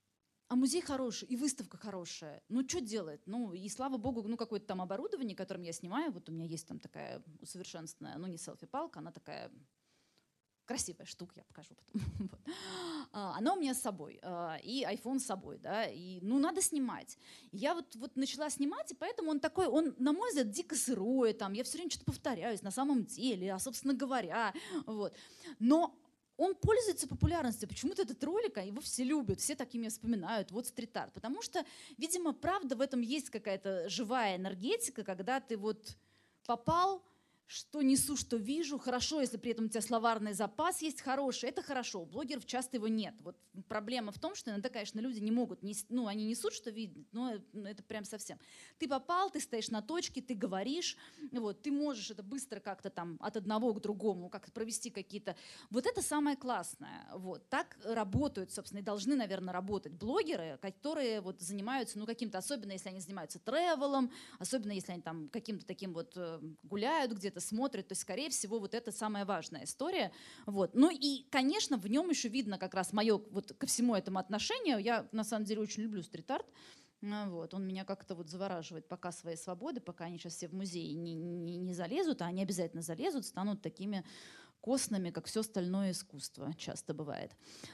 а музей хороший, и выставка хорошая. Ну, что делать? Ну, и слава богу, ну, какое-то там оборудование, которым я снимаю, вот у меня есть там такая усовершенствованная, ну, не селфи-палка, она такая... Красивая штука, я покажу потом. Вот. А, она у меня с собой, а, и iPhone с собой, да, и, ну, надо снимать. Я вот, вот начала снимать, и поэтому он такой, он, на мой взгляд, дико сырой, там, я все время что-то повторяюсь, на самом деле, а, собственно говоря, вот. Но он пользуется популярностью. Почему-то этот ролик, его все любят, все такими вспоминают, вот стрит-арт. Потому что, видимо, правда, в этом есть какая-то живая энергетика, когда ты вот попал, что несу, что вижу. Хорошо, если при этом у тебя словарный запас есть хороший, это хорошо. У блогеров часто его нет. Вот проблема в том, что иногда, конечно, люди не могут, нес, ну, они несут, что видят, но это прям совсем. Ты попал, ты стоишь на точке, ты говоришь, вот, ты можешь это быстро как-то там от одного к другому, как-то провести какие-то... Вот это самое классное. Вот. Так работают, собственно, и должны, наверное, работать блогеры, которые вот занимаются, ну, каким-то, особенно если они занимаются тревелом, особенно если они там каким-то таким вот гуляют где-то, смотрят, то есть, скорее всего, вот это самая важная история. Вот. Ну и, конечно, в нем еще видно как раз мое вот ко всему этому отношение. Я, на самом деле, очень люблю стрит-арт. Вот. Он меня как-то вот завораживает пока своей свободы, пока они сейчас все в музее не, не, не залезут, а они обязательно залезут, станут такими костными, как все остальное искусство часто бывает.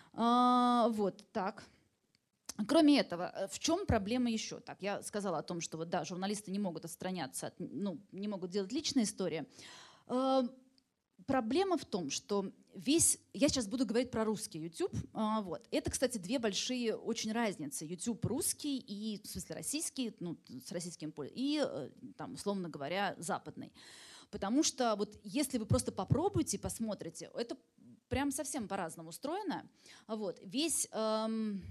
А, вот так. Кроме этого, в чем проблема еще? Так, я сказала о том, что вот, да, журналисты не могут отстраняться, от, ну, не могут делать личные истории. Э, проблема в том, что весь... Я сейчас буду говорить про русский YouTube. Э, вот. Это, кстати, две большие очень разницы. YouTube русский и, в смысле, российский, ну, с российским и, там, условно говоря, западный. Потому что вот если вы просто попробуете и посмотрите, это прям совсем по-разному устроено. Вот. Весь... Эм,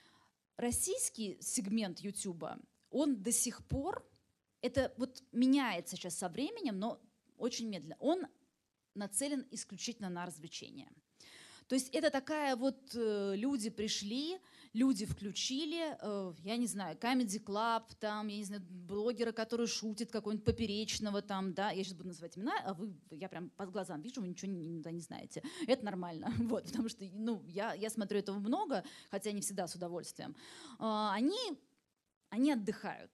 Российский сегмент Ютуба, он до сих пор, это вот меняется сейчас со временем, но очень медленно, он нацелен исключительно на развлечения. То есть это такая вот, э, люди пришли, люди включили, э, я не знаю, Comedy Club, там, я не знаю, блогеры, которые шутят, какого-нибудь Поперечного там, да, я сейчас буду называть имена, а вы, я прям по глазам вижу, вы ничего не, не знаете. Это нормально, вот, потому что, ну, я, я смотрю этого много, хотя не всегда с удовольствием. Э, они, они отдыхают.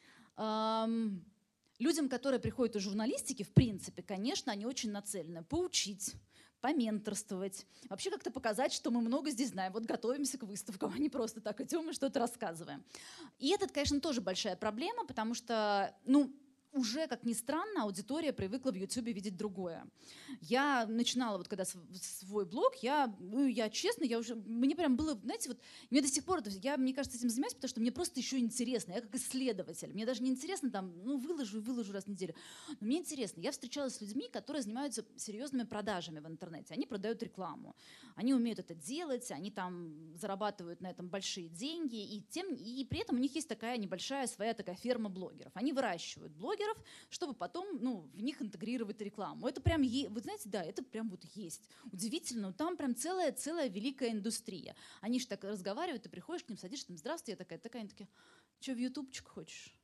Эм, людям, которые приходят из журналистики, в принципе, конечно, они очень нацелены поучить, поменторствовать, вообще как-то показать, что мы много здесь знаем. Вот готовимся к выставкам, а не просто так идем и что-то рассказываем. И это, конечно, тоже большая проблема, потому что, ну, уже, как ни странно, аудитория привыкла в Ютубе видеть другое. Я начинала, вот когда свой блог, я, ну, я честно, я уже, мне прям было, знаете, вот, мне до сих пор, я, мне кажется, этим занимаюсь, потому что мне просто еще интересно, я как исследователь, мне даже не интересно там, ну, выложу и выложу раз в неделю, но мне интересно, я встречалась с людьми, которые занимаются серьезными продажами в интернете, они продают рекламу, они умеют это делать, они там зарабатывают на этом большие деньги, и, тем, и при этом у них есть такая небольшая своя такая ферма блогеров, они выращивают блогеров, чтобы потом, ну, в них интегрировать рекламу. Это прям, вы знаете, да, это прям вот есть. Удивительно, там прям целая, целая великая индустрия. Они же так разговаривают, ты приходишь к ним, садишься, там, здравствуй, я такая, такая, они такие, что, в ютубчик хочешь?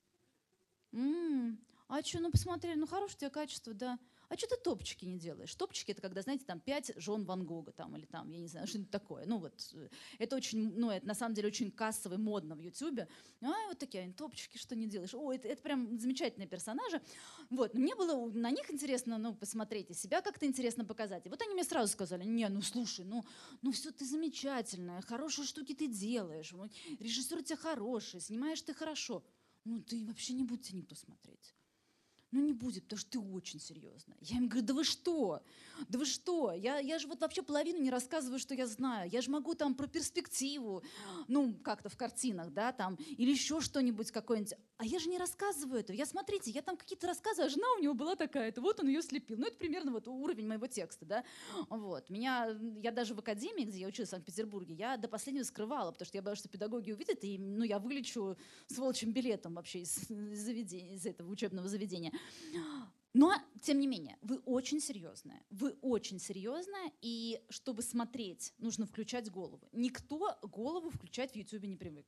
М-м, а что, ну, посмотрели, ну, хорошее у тебя качество, да. А что ты топчики не делаешь? Топчики — это когда, знаете, там пять жен Ван Гога там, или там, я не знаю, что-нибудь такое. Ну вот, это очень, ну это на самом деле очень кассово и модно в Ютубе. А вот такие, топчики, что не делаешь? О, это, это прям замечательные персонажи. Вот, мне было на них интересно, ну, посмотреть, и себя как-то интересно показать. И вот они мне сразу сказали, не, ну, слушай, ну, ну все ты замечательная, хорошие штуки ты делаешь, режиссер у тебя хороший, снимаешь ты хорошо. Ну, ты вообще не будет тебя никто смотреть. Ну не будет, потому что ты очень серьезная. Я им говорю, да вы что? Да вы что? Я, я же вот вообще половину не рассказываю, что я знаю. Я же могу там про перспективу, ну как-то в картинах, да, там, или еще что-нибудь какое-нибудь. А я же не рассказываю этого. Я, смотрите, я там какие-то рассказываю, а жена у него была такая-то, вот он ее слепил. Ну это примерно вот уровень моего текста, да. Вот. Меня, я даже в академии, где я училась в Санкт-Петербурге, я до последнего скрывала, потому что я боялась, что педагоги увидят, и ну, я вылечу с волчьим билетом вообще из, из, заведения, из этого учебного заведения. Но, тем не менее, вы очень серьезная. Вы очень серьезная, и чтобы смотреть, нужно включать голову. Никто голову включать в Ютубе не привык.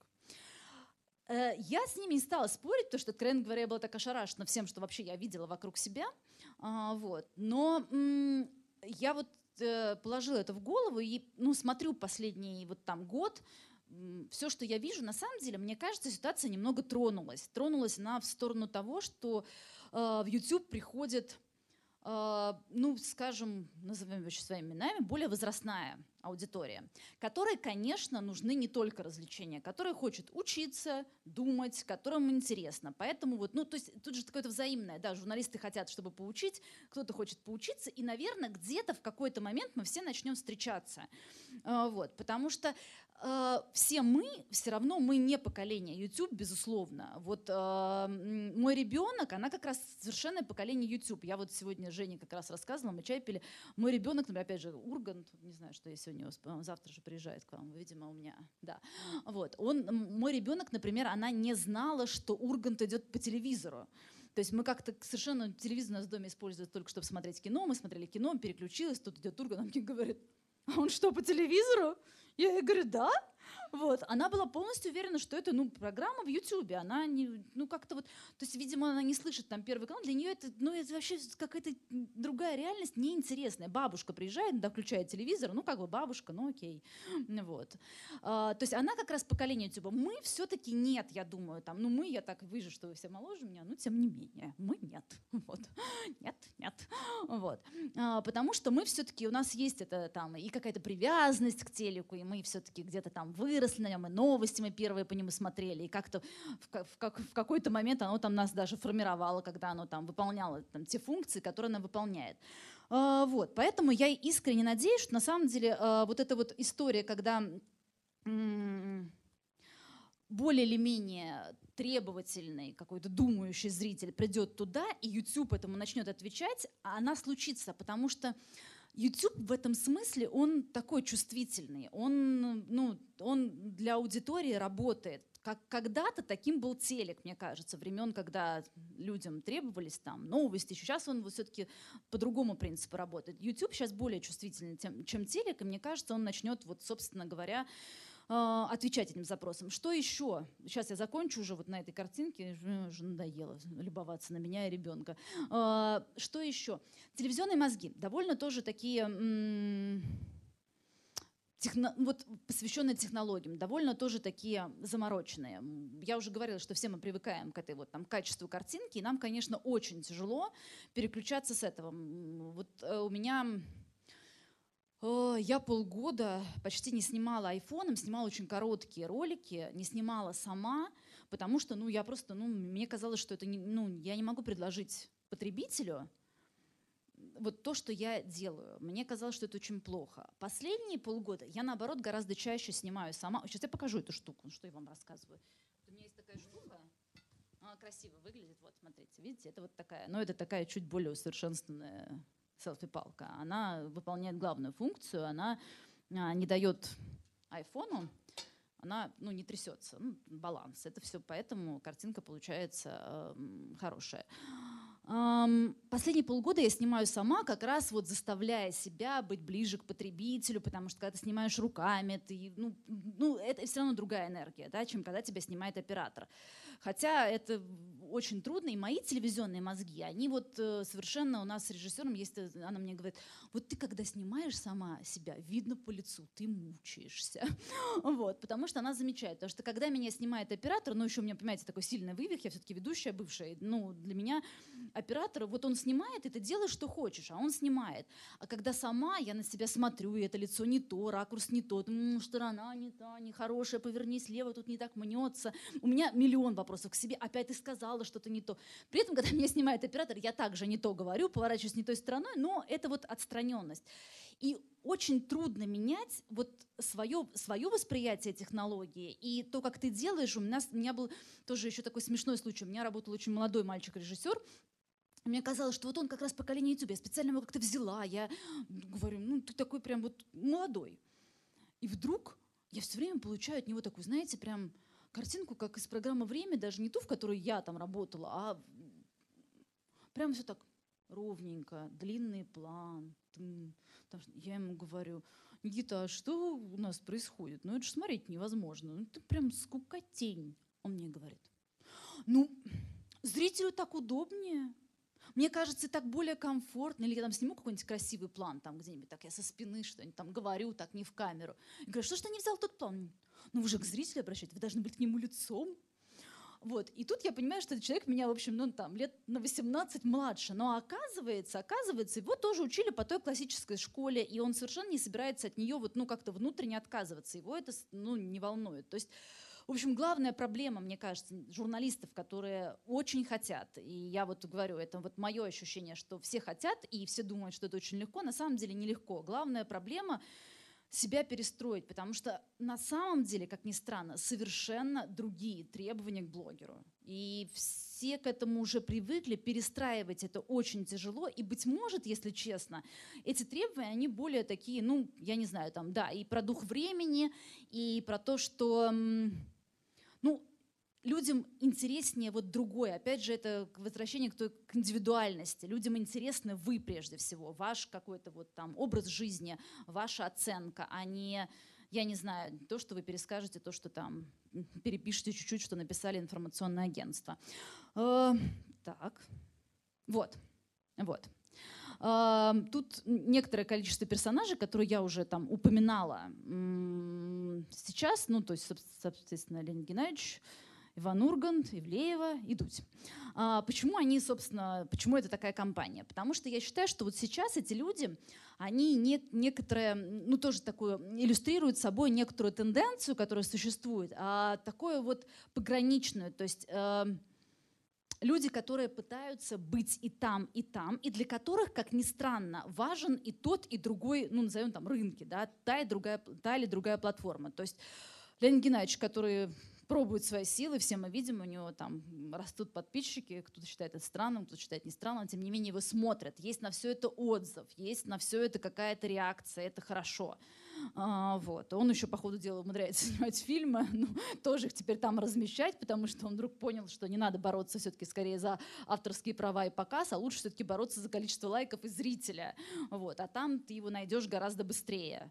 Я с ними не стала спорить, потому что, откровенно говоря, я была так ошарашена всем, что вообще я видела вокруг себя. Вот. Но я вот положила это в голову и ну, смотрю последний вот там год, все, что я вижу, на самом деле, мне кажется, ситуация немного тронулась. Тронулась она в сторону того, что э, в YouTube приходит э, ну, скажем, назовем вещи своими именами, более возрастная аудитория, которой, конечно, нужны не только развлечения, которая хочет учиться, думать, которым интересно. Поэтому вот, ну, то есть тут же какое-то взаимное, да, журналисты хотят, чтобы поучить, кто-то хочет поучиться, и, наверное, где-то в какой-то момент мы все начнем встречаться. Э, вот, потому что э, все мы, все равно мы не поколение YouTube, безусловно. Вот э, мой ребенок, она как раз совершенное поколение YouTube. Я вот сегодня Жене как раз рассказывала, мы чай пили. Мой ребенок, например, опять же, Ургант, не знаю, что я сегодня, он завтра же приезжает к вам, видимо, у меня, да. Вот, он, мой ребенок, например, она не знала, что Ургант идет по телевизору. То есть мы как-то совершенно, телевизор у нас в доме используют только, чтобы смотреть кино, мы смотрели кино, переключилась, тут идет Ургант, она мне говорит: а он что, по телевизору? Я ей говорю: да. Вот. Она была полностью уверена, что это, ну, программа в Ютубе. Она не, ну, как-то вот, то есть, видимо, она не слышит там Первый канал. Для нее это, ну, это вообще какая-то другая реальность, неинтересная. Бабушка приезжает, да, включает телевизор, ну, как бы бабушка, ну, окей. Вот. А, то есть она как раз поколение Ютуба. Мы все-таки нет, я думаю, там, ну, мы, я так вижу, что вы все моложе меня, но тем не менее, мы нет. Вот. Нет, нет. Вот. А, потому что мы все-таки, у нас есть это там и какая-то привязанность к телеку, и мы все-таки где-то там выросли на нем, и новости мы первые по нему смотрели, и как-то в, в, как, в какой-то момент оно там нас даже формировало, когда оно там выполняло там, те функции, которые оно выполняет. А, вот. Поэтому я искренне надеюсь, что на самом деле а, вот эта вот история, когда м- более или менее требовательный, какой-то думающий зритель придет туда, и YouTube этому начнет отвечать, а она случится, потому что YouTube в этом смысле, он такой чувствительный, он, ну, он для аудитории работает. Как когда-то таким был телек, мне кажется, времен, когда людям требовались там новости. Сейчас он вот все-таки по другому принципу работает. YouTube сейчас более чувствительный, чем телек, и мне кажется, он начнет, вот, собственно говоря, отвечать этим запросам. Что еще? Сейчас я закончу уже вот на этой картинке, уже надоело любоваться на меня и ребенка. Что еще? Телевизионные мозги. Довольно тоже такие, м- техно- вот, посвященные технологиям, довольно тоже такие замороченные. Я уже говорила, что все мы привыкаем к этой вот там качеству картинки, и нам, конечно, очень тяжело переключаться с этого. Вот у меня... Я полгода почти не снимала айфоном, снимала очень короткие ролики, не снимала сама, потому что, ну, я просто, ну, мне казалось, что это, не, ну, я не могу предложить потребителю вот то, что я делаю. Мне казалось, что это очень плохо. Последние полгода я, наоборот, гораздо чаще снимаю сама. Сейчас я покажу эту штуку, что я вам рассказываю. У меня есть такая штука, она красиво выглядит, вот, смотрите, видите, это вот такая, но это такая чуть более усовершенствованная селфи-палка. Она выполняет главную функцию, она а, не дает айфону, она, ну, не трясется, ну, баланс. Это все, поэтому картинка получается э, хорошая. Эм, последние полгода я снимаю сама, как раз вот заставляя себя быть ближе к потребителю, потому что когда ты снимаешь руками, ты, ну, ну, это все равно другая энергия, да, чем когда тебя снимает оператор. Хотя это очень трудно, и мои телевизионные мозги, они вот э, совершенно у нас с режиссером есть, она мне говорит: вот ты когда снимаешь сама себя, видно по лицу, ты мучаешься. Вот, потому что она замечает, потому что когда меня снимает оператор, ну еще у меня, понимаете, такой сильный вывих, я все-таки ведущая бывшая, ну для меня оператор, вот он снимает, и ты делаешь, что хочешь, а он снимает. А когда сама я на себя смотрю, и это лицо не то, ракурс не тот, м-м, сторона не та, нехорошая, поверни слева, тут не так мнется. У меня миллион вопросов к себе, опять ты сказала что-то не то. При этом, когда меня снимает оператор, я также не то говорю, поворачиваюсь не той стороной, но это вот отстраненность. И очень трудно менять вот свое, свое восприятие технологии и то, как ты делаешь. У меня, у меня был тоже еще такой смешной случай. У меня работал очень молодой мальчик-режиссер. Мне казалось, что вот он как раз поколение YouTube. Я специально его как-то взяла. Я говорю, ну ты такой прям вот молодой. И вдруг я все время получаю от него такую, знаете, прям картинку, как из программы «Время», даже не ту, в которой я там работала, а прям все так ровненько, длинный план. Я ему говорю: Никита, а что у нас происходит? Ну это же смотреть невозможно. Ну ты прям скукотень. Он мне говорит: ну, зрителю так удобнее. Мне кажется, так более комфортно. Или я там сниму какой-нибудь красивый план, там где-нибудь так я со спины что-нибудь там говорю, так не в камеру. Я говорю: что ж ты не взял тот план? Ну вы же к зрителю обращаетесь, вы должны быть к нему лицом. Вот. И тут я понимаю, что этот человек меня, в общем, ну, там, лет на восемнадцать младше. Но оказывается, оказывается, его тоже учили по той классической школе, и он совершенно не собирается от нее вот, ну, как-то внутренне отказываться. Его это, ну, не волнует. То есть, в общем, главная проблема, мне кажется, журналистов, которые очень хотят, и я вот говорю, это вот мое ощущение, что все хотят, и все думают, что это очень легко, на самом деле нелегко. Главная проблема — себя перестроить, потому что на самом деле, как ни странно, совершенно другие требования к блогеру. И все к этому уже привыкли, перестраивать это очень тяжело. И, быть может, если честно, эти требования, они более такие, ну, я не знаю, там, да, и про дух времени, и про то, что, ну, людям интереснее вот другое. Опять же, это возвращение к той к индивидуальности. Людям интересны вы прежде всего, ваш какой-то вот там образ жизни, ваша оценка, а не, я не знаю, то, что вы перескажете, то, что там перепишете чуть-чуть, что написали информационное агентство. Э, так, вот, вот. Э, тут некоторое количество персонажей, которые я уже там упоминала сейчас, ну, то есть, соответственно, Леонид Геннадьевич, Иван Ургант, Ивлеева и Дудь. А почему они, собственно, почему это такая компания? Потому что я считаю, что вот сейчас эти люди, они не, некоторые, ну тоже такую, иллюстрируют собой некоторую тенденцию, которая существует, а такую вот пограничную, то есть э, люди, которые пытаются быть и там, и там, и для которых, как ни странно, важен и тот, и другой, ну назовем там рынки, да, та, и другая, та или другая платформа. То есть Леонид Геннадьевич, который пробует свои силы, все мы видим, у него там растут подписчики, кто-то считает это странным, кто-то считает не странным, тем не менее его смотрят, есть на все это отзыв, есть на все это какая-то реакция, это хорошо. А, вот. Он еще по ходу дела умудряется снимать фильмы, ну, тоже их теперь там размещать, потому что он вдруг понял, что не надо бороться все-таки скорее за авторские права и показ, а лучше все-таки бороться за количество лайков и зрителя. Вот. А там ты его найдешь гораздо быстрее.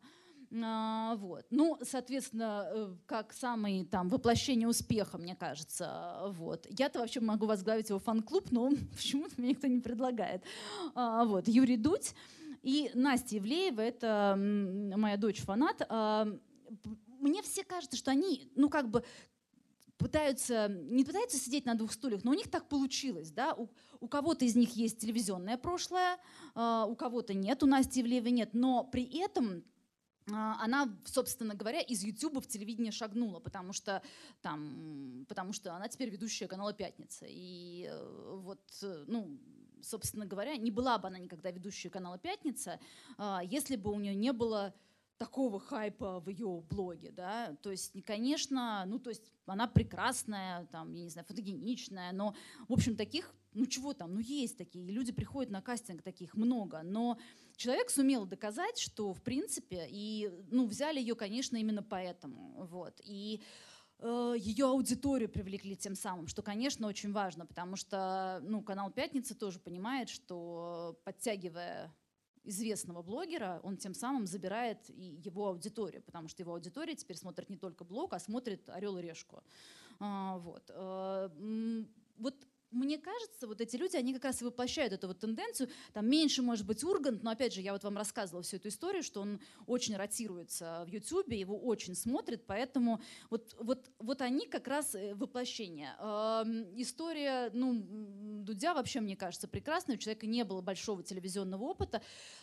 А, вот. Ну, соответственно, как самое там воплощение успеха, мне кажется. Вот. Я-то вообще могу возглавить его фан-клуб, но почему-то мне никто не предлагает. А, вот. Юрий Дудь и Настя Ивлеева, это моя дочь-фанат. А, мне все кажется, что они, ну, как бы пытаются, не пытаются сидеть на двух стульях, но у них так получилось. Да? У, у кого-то из них есть телевизионное прошлое, а, у кого-то нет, у Насти Ивлеевой нет, но при этом она, собственно говоря, из Ютуба в телевидение шагнула, потому что, там, потому что она теперь ведущая канала «Пятница». И вот, ну, собственно говоря, не была бы она никогда ведущей канала «Пятница», если бы у нее не было такого хайпа в ее блоге, да, то есть, конечно, ну, то есть она прекрасная, там, я не знаю, фотогеничная, но, в общем, таких, ну, чего там, ну, есть такие, люди приходят на кастинг, таких много, но человек сумел доказать, что, в принципе, и, ну, взяли ее, конечно, именно поэтому, вот, и э, ее аудиторию привлекли тем самым, что, конечно, очень важно, потому что, ну, канал «Пятница» тоже понимает, что, подтягивая известного блогера, он тем самым забирает и его аудиторию, потому что его аудитория теперь смотрит не только блог, а смотрит «Орел и решку». А, вот. А, вот мне кажется, вот эти люди, они как раз и воплощают эту вот тенденцию. Там меньше, может быть, Ургант, но опять же, я вот вам рассказывала всю эту историю, что он очень ротируется в Ютубе, его очень смотрят, поэтому вот, вот, вот они как раз воплощение. Э, история, ну, Дудя вообще, мне кажется, прекрасная, у человека не было большого телевизионного опыта,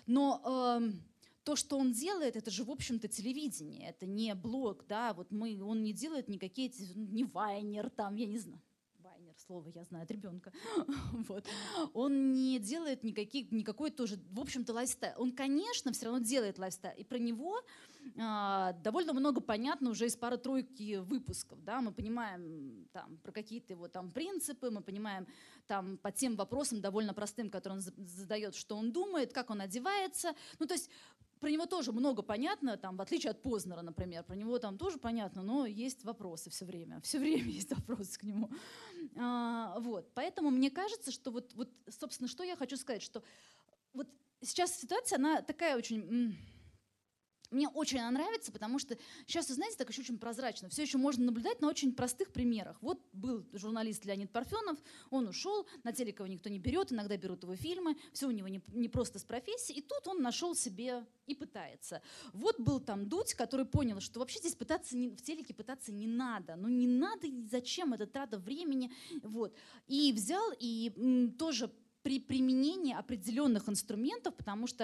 но э, то, что он делает, это же, в общем-то, телевидение, это не блог, да, вот мы, он не делает никакие, не Вайнер, там, я не знаю. Слово я знаю от ребенка. Вот. Он не делает никаких, никакой тоже, в общем-то, лайфстайл. Он, конечно, все равно делает лайфстайл. И про него а, довольно много понятно уже из пары-тройки выпусков. Да? Мы понимаем там, про какие-то его там принципы, мы понимаем там, по тем вопросам довольно простым, которые он задает, что он думает, как он одевается. Ну, то есть про него тоже много понятно, там, в отличие от Познера, например. Про него там тоже понятно, но есть вопросы все время. Все время есть вопросы к нему. А, вот. Поэтому мне кажется, что вот, вот, собственно, что я хочу сказать, что вот сейчас ситуация, она такая очень... Мне очень она нравится, потому что сейчас, вы знаете, так еще очень прозрачно. Все еще можно наблюдать на очень простых примерах. Вот был журналист Леонид Парфенов, он ушел, на телек его никто не берет, иногда берут его фильмы, все у него не, не просто с профессией, и тут он нашел себе и пытается. Вот был там Дудь, который понял, что вообще здесь пытаться не, в телеке пытаться не надо. Ну не надо, зачем, это трата времени. Вот. И взял, и м, тоже при применении определенных инструментов, потому что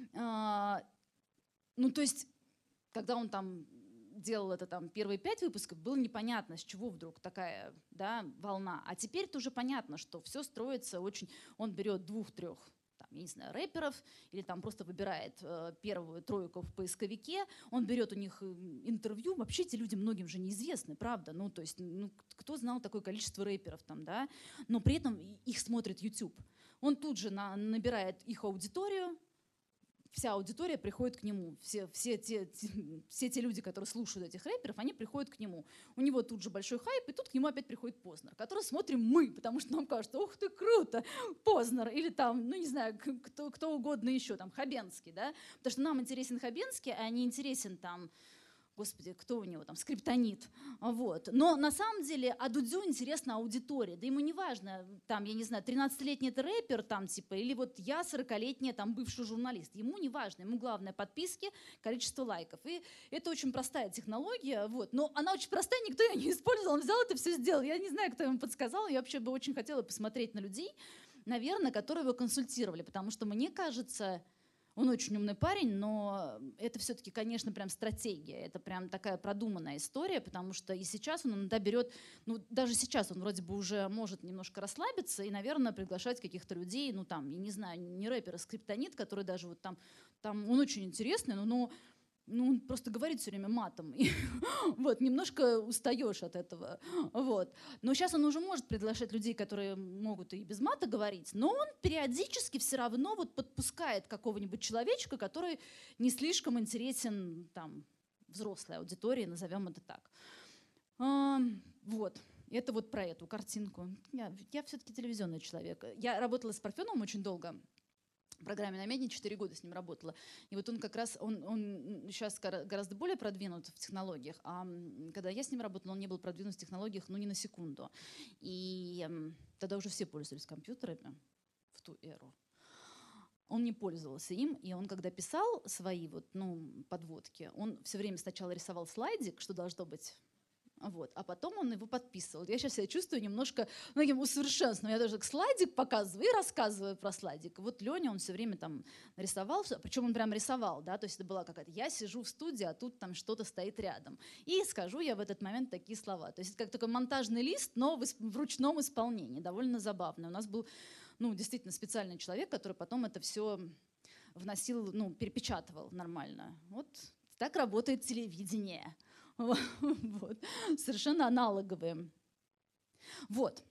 э, ну, то есть, когда он там делал это там первые пять выпусков, было непонятно, с чего вдруг такая, да, волна. А теперь-то уже понятно, что все строится очень... Он берет двух-трех, там, я не знаю, рэперов, или там просто выбирает э, первую тройку в поисковике, он берет у них интервью. Вообще эти люди многим же неизвестны, правда. Ну, то есть, ну, кто знал такое количество рэперов там, да? Но при этом их смотрит YouTube. Он тут же на, набирает их аудиторию, вся аудитория приходит к нему. Все, все, те, те, все те люди, которые слушают этих рэперов, они приходят к нему. У него тут же большой хайп, и тут к нему опять приходит Познер, который смотрим мы, потому что нам кажется, ух ты, круто, Познер, или там, ну не знаю, кто, кто угодно еще, там, Хабенский, да, потому что нам интересен Хабенский, а не интересен там, господи, кто у него там, Скриптонит, вот. Но на самом деле а Дудю интересна аудитория, да ему не важно, там, я не знаю, тринадцатилетний это рэпер, там, типа, или вот я сорокалетняя, там, бывший журналист, ему не важно, ему главное подписки, количество лайков, и это очень простая технология, вот, но она очень простая, никто ее не использовал, он взял это все сделал, я не знаю, кто ему подсказал, я вообще бы очень хотела посмотреть на людей, наверное, которые его консультировали, потому что мне кажется... Он очень умный парень, но это все-таки, конечно, прям стратегия. Это прям такая продуманная история, потому что и сейчас он иногда берет, ну даже сейчас он вроде бы уже может немножко расслабиться и, наверное, приглашать каких-то людей, ну там, я не знаю, не рэпера, Скриптонит, который даже вот там, там он очень интересный, но, но ну, он просто говорит все время матом. И, вот, немножко устаешь от этого. Вот. Но сейчас он уже может приглашать людей, которые могут и без мата говорить, но он периодически все равно вот подпускает какого-нибудь человечка, который не слишком интересен там, взрослой аудитории, назовем это так. А, вот. Это вот про эту картинку. Я, я все-таки телевизионный человек. Я работала с Парфеновым очень долго. В программе на Медне четыре года с ним работала. И вот он как раз, он, он сейчас гораздо более продвинут в технологиях, а когда я с ним работала, он не был продвинут в технологиях, ну, ни на секунду. И тогда уже все пользовались компьютерами в ту эру. Он не пользовался им, и он, когда писал свои вот, ну, подводки, он все время сначала рисовал слайдик, что должно быть... Вот. А потом он его подписывал. Я сейчас себя чувствую немножко многим усовершенствованным. Я даже слайдик показываю и рассказываю про слайдик. Вот Леня, он все время там нарисовал, причем он прям рисовал, да, то есть это была какая-то, я сижу в студии, а тут там что-то стоит рядом. И скажу я в этот момент такие слова. То есть это как такой монтажный лист, но в, в ручном исполнении. Довольно забавно. У нас был, ну, действительно специальный человек, который потом это все вносил, ну, перепечатывал нормально. Вот так работает телевидение. Вот. Совершенно аналоговые. Вот.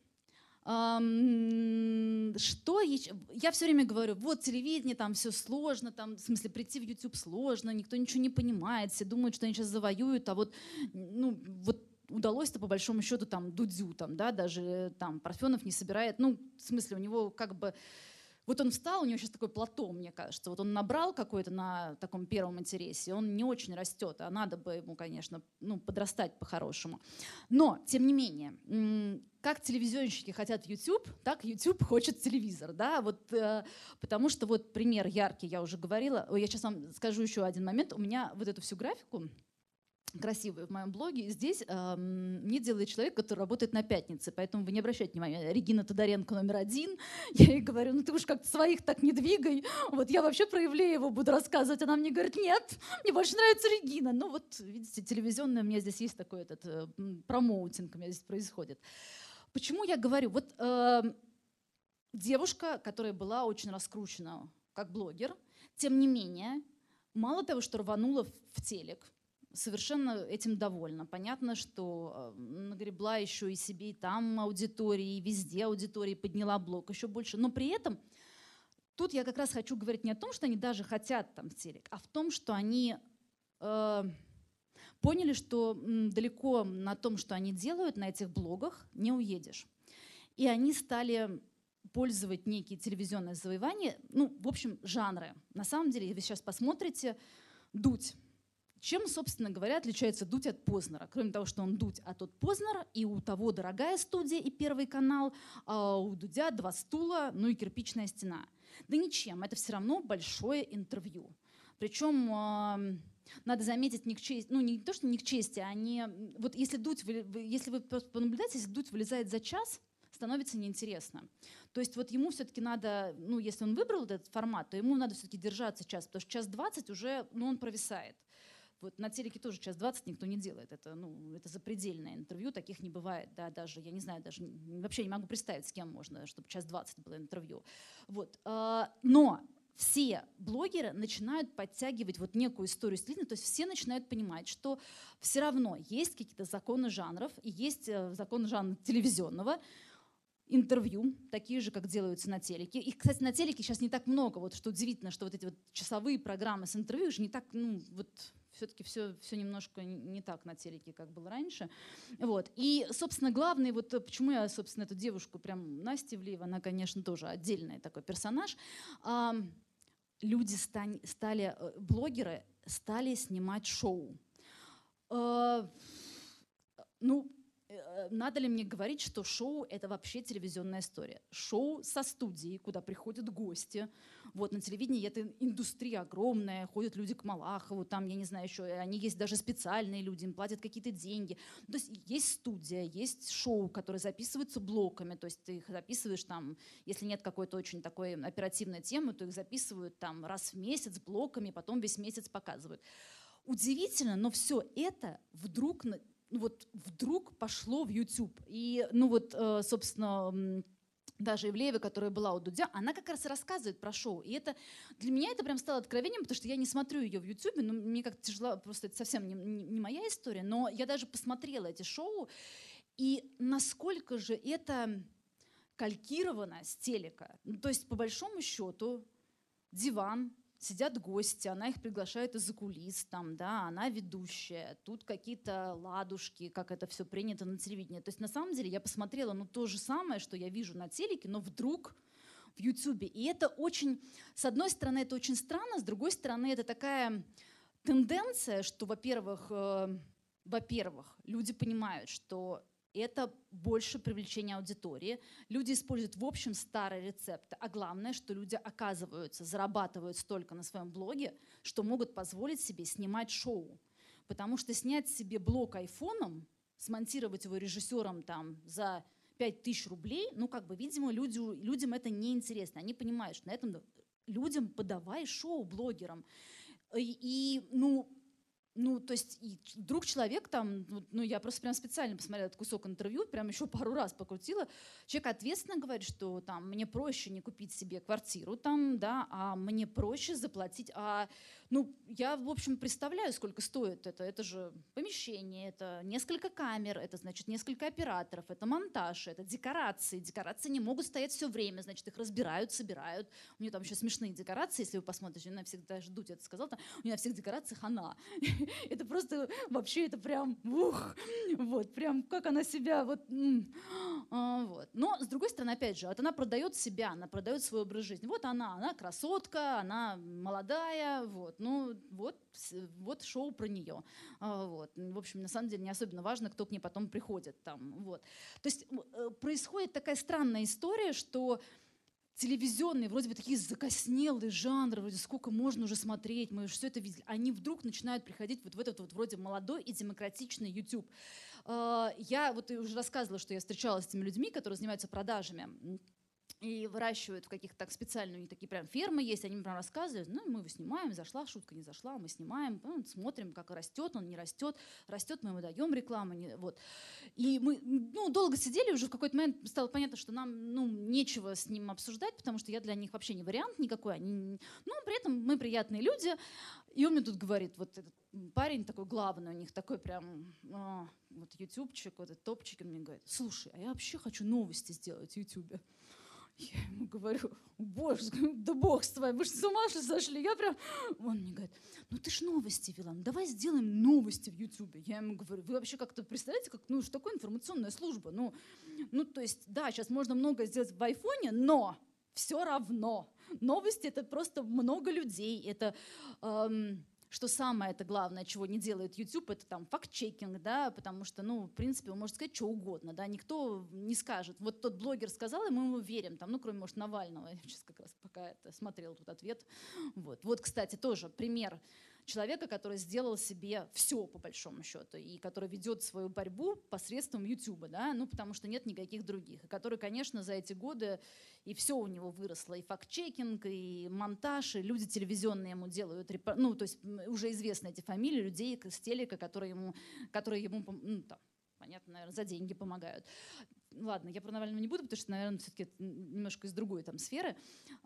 Um, что еще? Я все время говорю, вот телевидение, там все сложно, там, в смысле прийти в YouTube сложно, никто ничего не понимает, все думают, что они сейчас завоюют, а вот, ну, вот удалось-то по большому счету там Дудю, там, да, даже там Парфенов не собирает, ну, в смысле у него как бы... Вот он встал, у него сейчас такое плато, мне кажется. Вот он набрал какой-то на таком первом интересе, он не очень растет, а надо бы ему, конечно, ну, подрастать по-хорошему. Но, тем не менее, как телевизионщики хотят YouTube, так YouTube хочет телевизор. Да? Вот, э, потому что вот пример яркий, я уже говорила. Я сейчас вам скажу еще один момент. У меня вот эту всю графику красивые в моем блоге. Здесь э, мне делает человек, который работает на пятнице, поэтому вы не обращайте внимания. Регина Тодоренко номер один. Я ей говорю, ну ты уж как-то своих так не двигай. Вот я вообще про Ивлееву буду рассказывать. Она мне говорит, нет, мне больше нравится Регина. Ну вот, видите, телевизионное у меня здесь есть такой этот э, промоутинг у меня здесь происходит. Почему я говорю? Вот э, девушка, которая была очень раскручена как блогер, тем не менее, мало того, что рванула в телек, совершенно этим довольна. Понятно, что нагребла еще и себе и там аудитории, и везде аудитории, подняла блог еще больше. Но при этом тут я как раз хочу говорить не о том, что они даже хотят там в телек, а в том, что они э, поняли, что м, далеко на том, что они делают на этих блогах, не уедешь. И они стали пользовать некие телевизионные завоевания, ну, в общем, жанры. На самом деле, вы сейчас посмотрите, Дудь. Чем, собственно говоря, отличается Дудь от Познера? Кроме того, что он Дудь, а тот Познер, и у того дорогая студия и Первый канал, а у Дудя два стула, ну и кирпичная стена. Да ничем, это все равно большое интервью. Причем, э, надо заметить, не к чести, ну не то, что не к чести, а не... Вот если Дудь, если вы понаблюдаете, если Дудь вылезает за час, становится неинтересно. То есть вот ему все-таки надо, ну если он выбрал этот формат, то ему надо все-таки держаться час, потому что час двадцать уже, ну он провисает. Вот на телеке тоже час двадцать никто не делает. Это, ну, это запредельное интервью, таких не бывает. Да, даже, я не знаю, даже вообще не могу представить, с кем можно, чтобы час двадцать было интервью. Вот. Но все блогеры начинают подтягивать вот некую историю стилизма, то есть все начинают понимать, что все равно есть какие-то законы жанров, и есть законы жанра телевизионного, интервью, такие же, как делаются на телеке. Их, кстати, на телеке сейчас не так много. Вот что удивительно, что вот эти вот часовые программы с интервью же не так, ну, вот все-таки все, все немножко не так на телеке, как было раньше. Вот. И, собственно, главный, вот почему я, собственно, эту девушку, прям Настя Ивлеева, она, конечно, тоже отдельный такой персонаж. А, люди стань, стали, блогеры стали снимать шоу. А, ну, надо ли мне говорить, что шоу — это вообще телевизионная история? Шоу со студией, куда приходят гости. Вот, на телевидении это индустрия огромная, ходят люди к Малахову, там, я не знаю, еще, они есть даже специальные люди, им платят какие-то деньги. То есть есть студия, есть шоу, которые записываются блоками, то есть ты их записываешь там, если нет какой-то очень такой оперативной темы, то их записывают там раз в месяц блоками, потом весь месяц показывают. Удивительно, но все это вдруг... вот вдруг пошло в YouTube. И, ну вот, собственно, даже Ивлеева, которая была у Дудя, она как раз рассказывает про шоу. И это для меня это прям стало откровением, потому что я не смотрю ее в YouTube, ну, мне как-то тяжело, просто это совсем не, не моя история, но я даже посмотрела эти шоу, и насколько же это калькировано с телека. Ну, то есть, по большому счету, диван, сидят гости, она их приглашает из-за кулис, там, да, она ведущая, тут какие-то ладушки, как это все принято на телевидении. То есть на самом деле я посмотрела, ну, то же самое, что я вижу на телеке, но вдруг в Ютубе. И это очень, с одной стороны, это очень странно, с другой стороны, это такая тенденция, что, во-первых, э, во-первых, люди понимают, что это больше привлечение аудитории. Люди используют в общем старые рецепты. А главное, что люди, оказываются, зарабатывают столько на своем блоге, что могут позволить себе снимать шоу. Потому что снять себе блог айфоном, смонтировать его режиссером там, за пять тысяч рублей, ну как бы, видимо, люди, людям это неинтересно. Они понимают, что на этом людям подавай шоу блогерам. И, и ну... Ну, то есть и вдруг человек там, ну, я просто прям специально посмотрела этот кусок интервью, прям еще пару раз покрутила. Человек ответственно говорит, что там мне проще не купить себе квартиру там, да, а мне проще заплатить. А, ну, я, в общем, представляю, сколько стоит это. Это же помещение, это несколько камер, это, значит, несколько операторов, это монтаж, это декорации. Декорации не могут стоять все время, значит, их разбирают, собирают. У нее там еще смешные декорации, если вы посмотрите, у нее всегда, даже Дудь это сказал, там, у нее на всех декорациях она. Это просто вообще, это прям, ух, вот, прям как она себя, вот, а, вот. Но, с другой стороны, опять же, вот она продает себя, она продает свой образ жизни. Вот она, она красотка, она молодая, вот, ну, вот, вот шоу про нее. А, вот. В общем, на самом деле, не особенно важно, кто к ней потом приходит там, вот. То есть происходит такая странная история, что телевизионные, вроде бы такие закоснелые жанры, вроде сколько можно уже смотреть, мы уже все это видели, они вдруг начинают приходить вот в этот вот вроде молодой и демократичный YouTube. Я вот уже рассказывала, что я встречалась с этими людьми, которые занимаются продажами и выращивают в каких-то так специальные, у них такие прям фермы есть, они мне прям рассказывают, ну, мы его снимаем, зашла шутка, не зашла, мы снимаем, ну, смотрим, как растет, он не растет, растет, мы ему даем рекламу, не, вот. И мы, ну, долго сидели, уже в какой-то момент стало понятно, что нам, ну, нечего с ним обсуждать, потому что я для них вообще не вариант никакой, они, ну, при этом мы приятные люди, и он мне тут говорит, вот этот парень такой главный, у них такой прям, а, вот ютубчик, вот этот топчик, он мне говорит, слушай, а я вообще хочу новости сделать в ютубе. Я ему говорю, боже, да бог с тобой, вы же с ума сошли? Я прям... Он мне говорит, ну ты ж новости вела, ну давай сделаем новости в Ютубе. Я ему говорю, вы вообще как-то представляете, как, ну что такое информационная служба? Ну, ну то есть, да, сейчас можно много сделать в айфоне, но все равно. Новости — это просто много людей, это... Эм, что самое это главное, чего не делает YouTube, это там факт-чекинг, да, потому что, ну, в принципе, вы можете сказать что угодно, да, никто не скажет. Вот тот блогер сказал, и мы ему верим, там, ну, кроме, может, Навального. Я сейчас как раз пока это смотрела тут ответ. Вот, вот, кстати, тоже пример человека, который сделал себе все, по большому счету, и который ведет свою борьбу посредством YouTube, да, ну, потому что нет никаких других, и который, конечно, за эти годы и все у него выросло, и факт-чекинг, и монтаж, и люди телевизионные ему делают, ну, то есть уже известны эти фамилии людей с телека, которые ему, которые ему, ну, там, понятно, наверное, за деньги помогают. Ладно, я про Навального не буду, потому что, наверное, все-таки немножко из другой там сферы.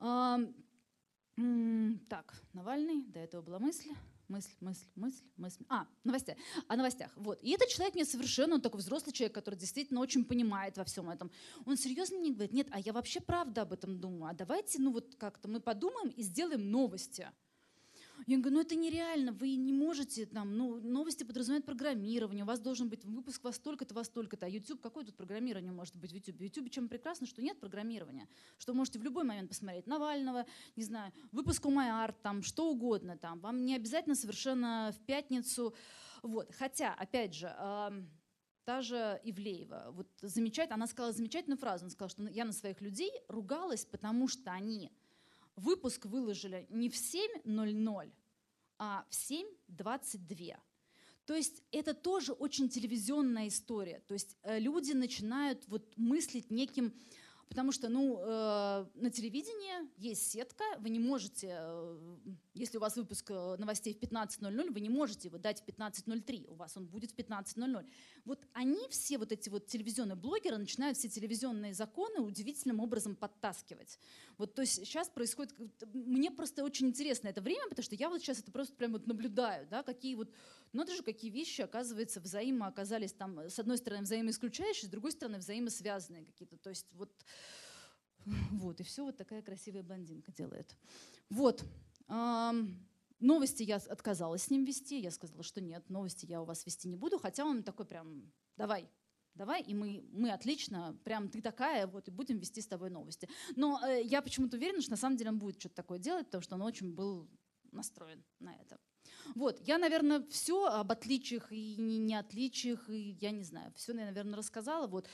Так, Навальный, до этого была мысль, мысль, мысль, мысль, мысль. А, новостях. О новостях. Вот. И этот человек мне совершенно, он такой взрослый человек, который действительно очень понимает во всем этом. Он серьезно мне говорит, нет, а я вообще правда об этом думаю, а давайте, ну вот как-то мы подумаем и сделаем новости. Я говорю, ну это нереально, вы не можете, там, ну, новости подразумевают программирование, у вас должен быть выпуск во столько-то, во столько-то, а YouTube, какое тут программирование может быть в YouTube? В YouTube чем прекрасно, что нет программирования, что вы можете в любой момент посмотреть Навального, не знаю, выпуск УМАР, там, что угодно, там, вам не обязательно совершенно в пятницу, вот, хотя, опять же, э, та же Ивлеева, вот замечательно, она сказала замечательную фразу, она сказала, что я на своих людей ругалась, потому что они выпуск выложили не в семь ноль ноль, а в семь двадцать два. То есть это тоже очень телевизионная история. То есть э, люди начинают вот мыслить неким... Потому что ну, э, на телевидении есть сетка, вы не можете, э, если у вас выпуск новостей в пятнадцать ноль ноль, вы не можете его дать в пятнадцать ноль три, у вас он будет в пятнадцать ноль ноль. Вот они все, вот эти вот телевизионные блогеры, начинают все телевизионные законы удивительным образом подтаскивать. Вот, то есть сейчас происходит... Мне просто очень интересно это время, потому что я вот сейчас это просто прям вот наблюдаю, да, какие вот... Ну, это же какие вещи, оказывается, взаимо оказались там, с одной стороны, взаимоисключающие, с другой стороны, взаимосвязанные какие-то. То есть вот... Вот, и все вот такая красивая блондинка делает. Вот. Эм, новости я отказалась с ним вести. Я сказала, что нет, новости я у вас вести не буду. Хотя он такой прям, давай, давай, и мы, мы отлично, прям ты такая, вот, и будем вести с тобой новости. Но э, я почему-то уверена, что на самом деле он будет что-то такое делать, потому что он очень был настроен на это. Вот, я, наверное, все об отличиях и не отличиях, и я не знаю, все, наверное, рассказала. Вот.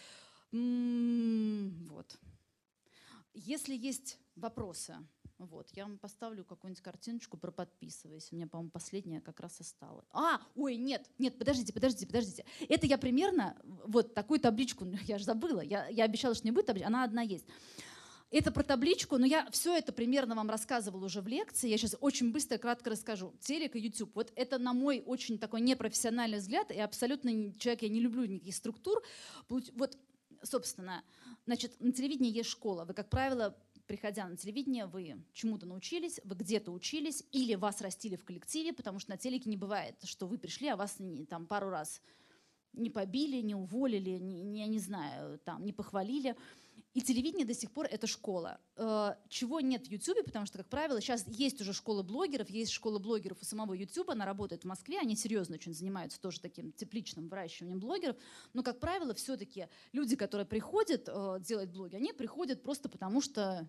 М-м, вот. Если есть вопросы, вот, я вам поставлю какую-нибудь картиночку про подписывайся. У меня, по-моему, последняя как раз осталась. А, ой, нет, нет, подождите, подождите, подождите. Это я примерно, вот такую табличку, я же забыла, я, я обещала, что не будет таблички, она одна есть. Это про табличку, но я все это примерно вам рассказывала уже в лекции. Я сейчас очень быстро, кратко расскажу. Телек и YouTube. Вот это, на мой очень такой непрофессиональный взгляд, и абсолютно человек, я не люблю никаких структур. Вот, собственно, значит, на телевидении есть школа. Вы, как правило, приходя на телевидение, вы чему-то научились, вы где-то учились, или вас растили в коллективе, потому что на телеке не бывает, что вы пришли, а вас там пару раз не побили, не уволили, не, не, я не знаю, там, не похвалили. И телевидение до сих пор это школа. Чего нет в Ютубе, потому что, как правило, сейчас есть уже школа блогеров, есть школа блогеров у самого Ютуба, она работает в Москве, они серьезно очень занимаются тоже таким тепличным выращиванием блогеров. Но, как правило, все-таки люди, которые приходят делать блоги, они приходят просто потому, что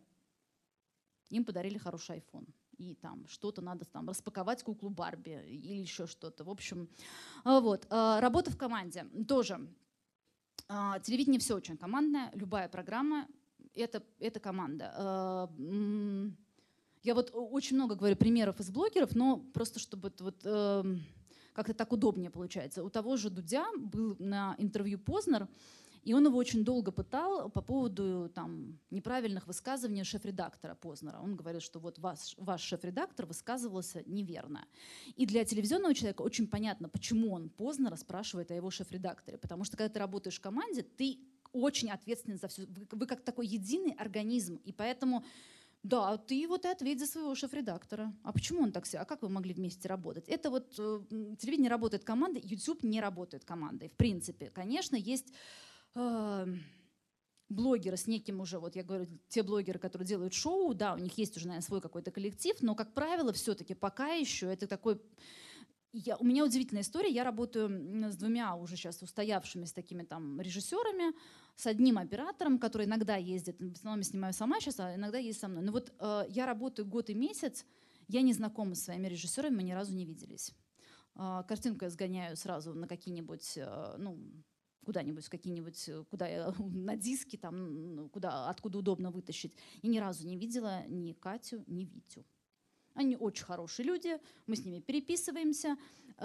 им подарили хороший айфон. И там что-то надо там распаковать куклу Барби или еще что-то. В общем, вот. Работа в команде тоже. Телевидение все очень командное, любая программа — это, это команда. Я вот очень много говорю примеров из блогеров, но просто чтобы вот, как-то так удобнее получается. У того же Дудя был на интервью Познер, и он его очень долго пытал по поводу там, неправильных высказываний шеф-редактора Познера. Он говорит, что вот ваш, ваш шеф-редактор высказывался неверно. И для телевизионного человека очень понятно, почему он Познера спрашивает о его шеф-редакторе. Потому что когда ты работаешь в команде, ты очень ответственен за все. Вы, вы как такой единый организм. И поэтому, да, ты вот и ответь за своего шеф-редактора. А почему он так себя? А как вы могли вместе работать? Это вот э, телевидение работает командой, YouTube не работает командой. В принципе, конечно, есть... блогеры с неким уже, вот я говорю, те блогеры, которые делают шоу, да, у них есть уже, наверное, свой какой-то коллектив, но, как правило, все-таки пока еще это такой... Я, у меня удивительная история, я работаю с двумя уже сейчас устоявшимися такими там режиссерами, с одним оператором, который иногда ездит, в основном я снимаю сама сейчас, а иногда есть со мной. Но вот э, я работаю год и месяц, Я не знакома с своими режиссерами, мы ни разу не виделись. Картинку я сгоняю сразу на какие-нибудь, ну, куда-нибудь, какие-нибудь, куда я, на диски, там, куда, откуда удобно вытащить. И ни разу не видела ни Катю, ни Витю. Они очень хорошие люди, мы с ними переписываемся.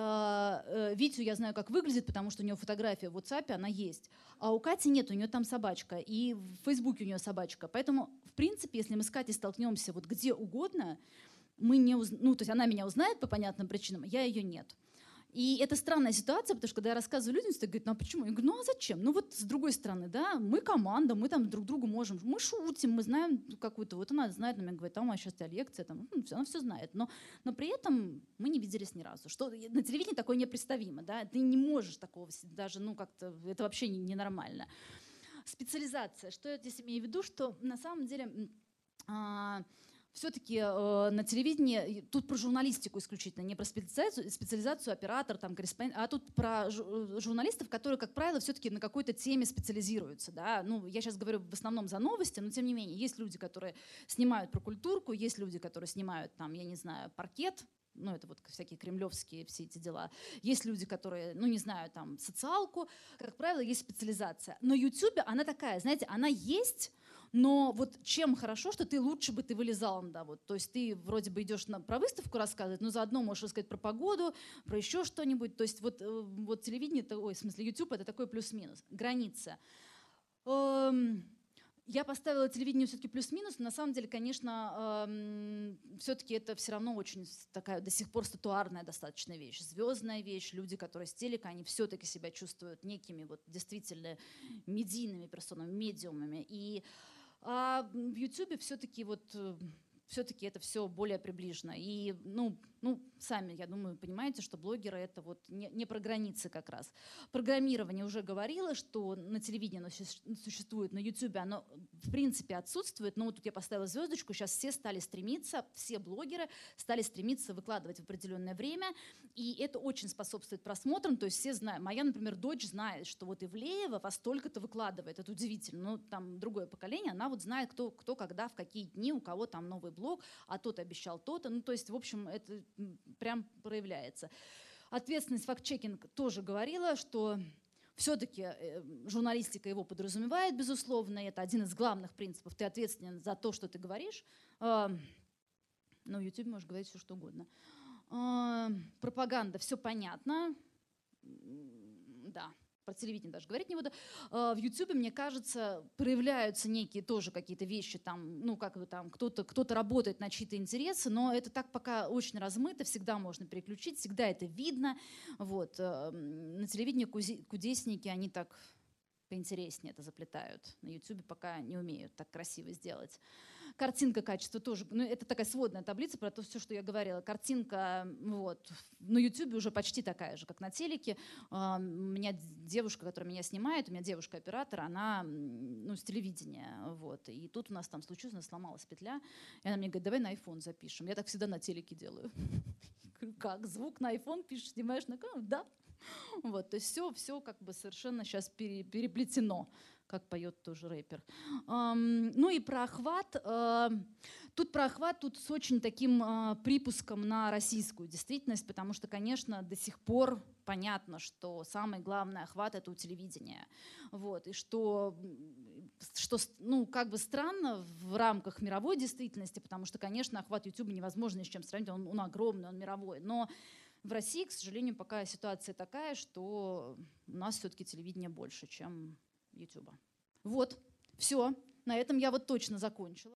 Витю я знаю, как выглядит, потому что у нее фотография в WhatsApp, она есть. А у Кати нет, у нее там собачка, и в Фейсбуке у нее собачка. Поэтому, в принципе, если мы с Катей столкнемся вот где угодно, мы не уз... ну, то есть она меня узнает по понятным причинам, я ее нет. И это странная ситуация, потому что когда я рассказываю людям, они говорят, ну а почему? Я говорю, ну а зачем? Ну вот с другой стороны, да, мы команда, мы там друг другу можем, мы шутим, мы знаем какую-то, вот она знает, она мне говорит, там у меня сейчас у тебя лекция, там, ну, она все знает, но, но при этом мы не виделись ни разу. Что, на телевидении такое непредставимо, да, ты не можешь такого даже, ну как-то, это вообще ненормально. Специализация, что я здесь имею в виду, что на самом деле... А, все-таки э, на телевидении, тут про журналистику исключительно, не про специализацию, специализацию оператор, там, корреспондент, а тут про журналистов, которые, как правило, все-таки на какой-то теме специализируются. Да? Ну, я сейчас говорю в основном за новости, но тем не менее, есть люди, которые снимают про культурку, есть люди, которые снимают, там, я не знаю, паркет, ну, это вот всякие кремлевские все эти дела. Есть люди, которые, ну, не знаю, там, социалку. Как правило, есть специализация. Но YouTube, она такая, знаете, она есть, но вот чем хорошо, что ты лучше бы ты вылезал, да, вот. То есть ты вроде бы идешь на, про выставку рассказывать, но заодно можешь рассказать про погоду, про еще что-нибудь. То есть вот, вот телевидение, это, ой, в смысле YouTube, это такой плюс-минус. Граница. Эм, Я поставила телевидению все-таки плюс-минус, но на самом деле, конечно, эм, все-таки это все равно очень такая до сих пор статуарная достаточно вещь, звездная вещь. Люди, которые с телека, они все-таки себя чувствуют некими вот действительно медийными персонами, медиумами. И а в Ютубе все-таки вот все-таки это все более приближено. И, ну, ну, сами, я думаю, понимаете, что блогеры — это вот не, не про границы как раз. Программирование уже говорила, что на телевидении оно существует, на Ютубе оно в принципе отсутствует. Но вот тут я поставила звездочку, сейчас все стали стремиться, все блогеры стали стремиться выкладывать в определенное время, и это очень способствует просмотрам. То есть все знают, моя, например, дочь знает, что вот Ивлеева во столько-то выкладывает, это удивительно. Ну, там другое поколение, она вот знает, кто, кто когда, в какие дни, у кого там новый блог, а тот обещал то-то. Ну, то есть, в общем, это прям проявляется. Ответственность, факт-чекинг тоже говорила, что все-таки журналистика его подразумевает, безусловно, это один из главных принципов. Ты ответственен за то, что ты говоришь. Но в YouTube можешь говорить все, что угодно. Пропаганда, все понятно. Да. Про телевидение даже говорить не буду. В Ютубе, мне кажется, проявляются некие тоже какие-то вещи, там, ну, как бы там, кто-то кто-то работает на чьи-то интересы, но это так пока очень размыто, всегда можно переключить, всегда это видно. Вот. На телевидении кудесники, они так поинтереснее это заплетают. На Ютубе пока не умеют так красиво сделать. Картинка, качество тоже. Ну, это такая сводная таблица про то, все, что я говорила. Картинка вот, на Ютубе уже почти такая же, как на телеке. У меня девушка, которая меня снимает, у меня девушка-оператор, она ну, с телевидения. Вот. И тут у нас там случилось, у нас сломалась петля. И она мне говорит, давай на iPhone запишем. Я так всегда на телеке делаю. Как? Звук на iPhone пишешь, снимаешь на камеру? Да. Вот, то есть все, все как бы совершенно сейчас переплетено, как поет тоже рэпер. Um, ну и про охват. Uh, тут про охват тут с очень таким uh, припуском на российскую действительность, потому что, конечно, до сих пор понятно, что самый главный охват — это у телевидения. Вот, и что, что ну, как бы странно в рамках мировой действительности, потому что, конечно, охват YouTube невозможно ни с чем сравнить, он, он огромный, он мировой, но в России, к сожалению, пока ситуация такая, что у нас все-таки телевидение больше, чем YouTube. Вот, все. На этом я вот точно закончила.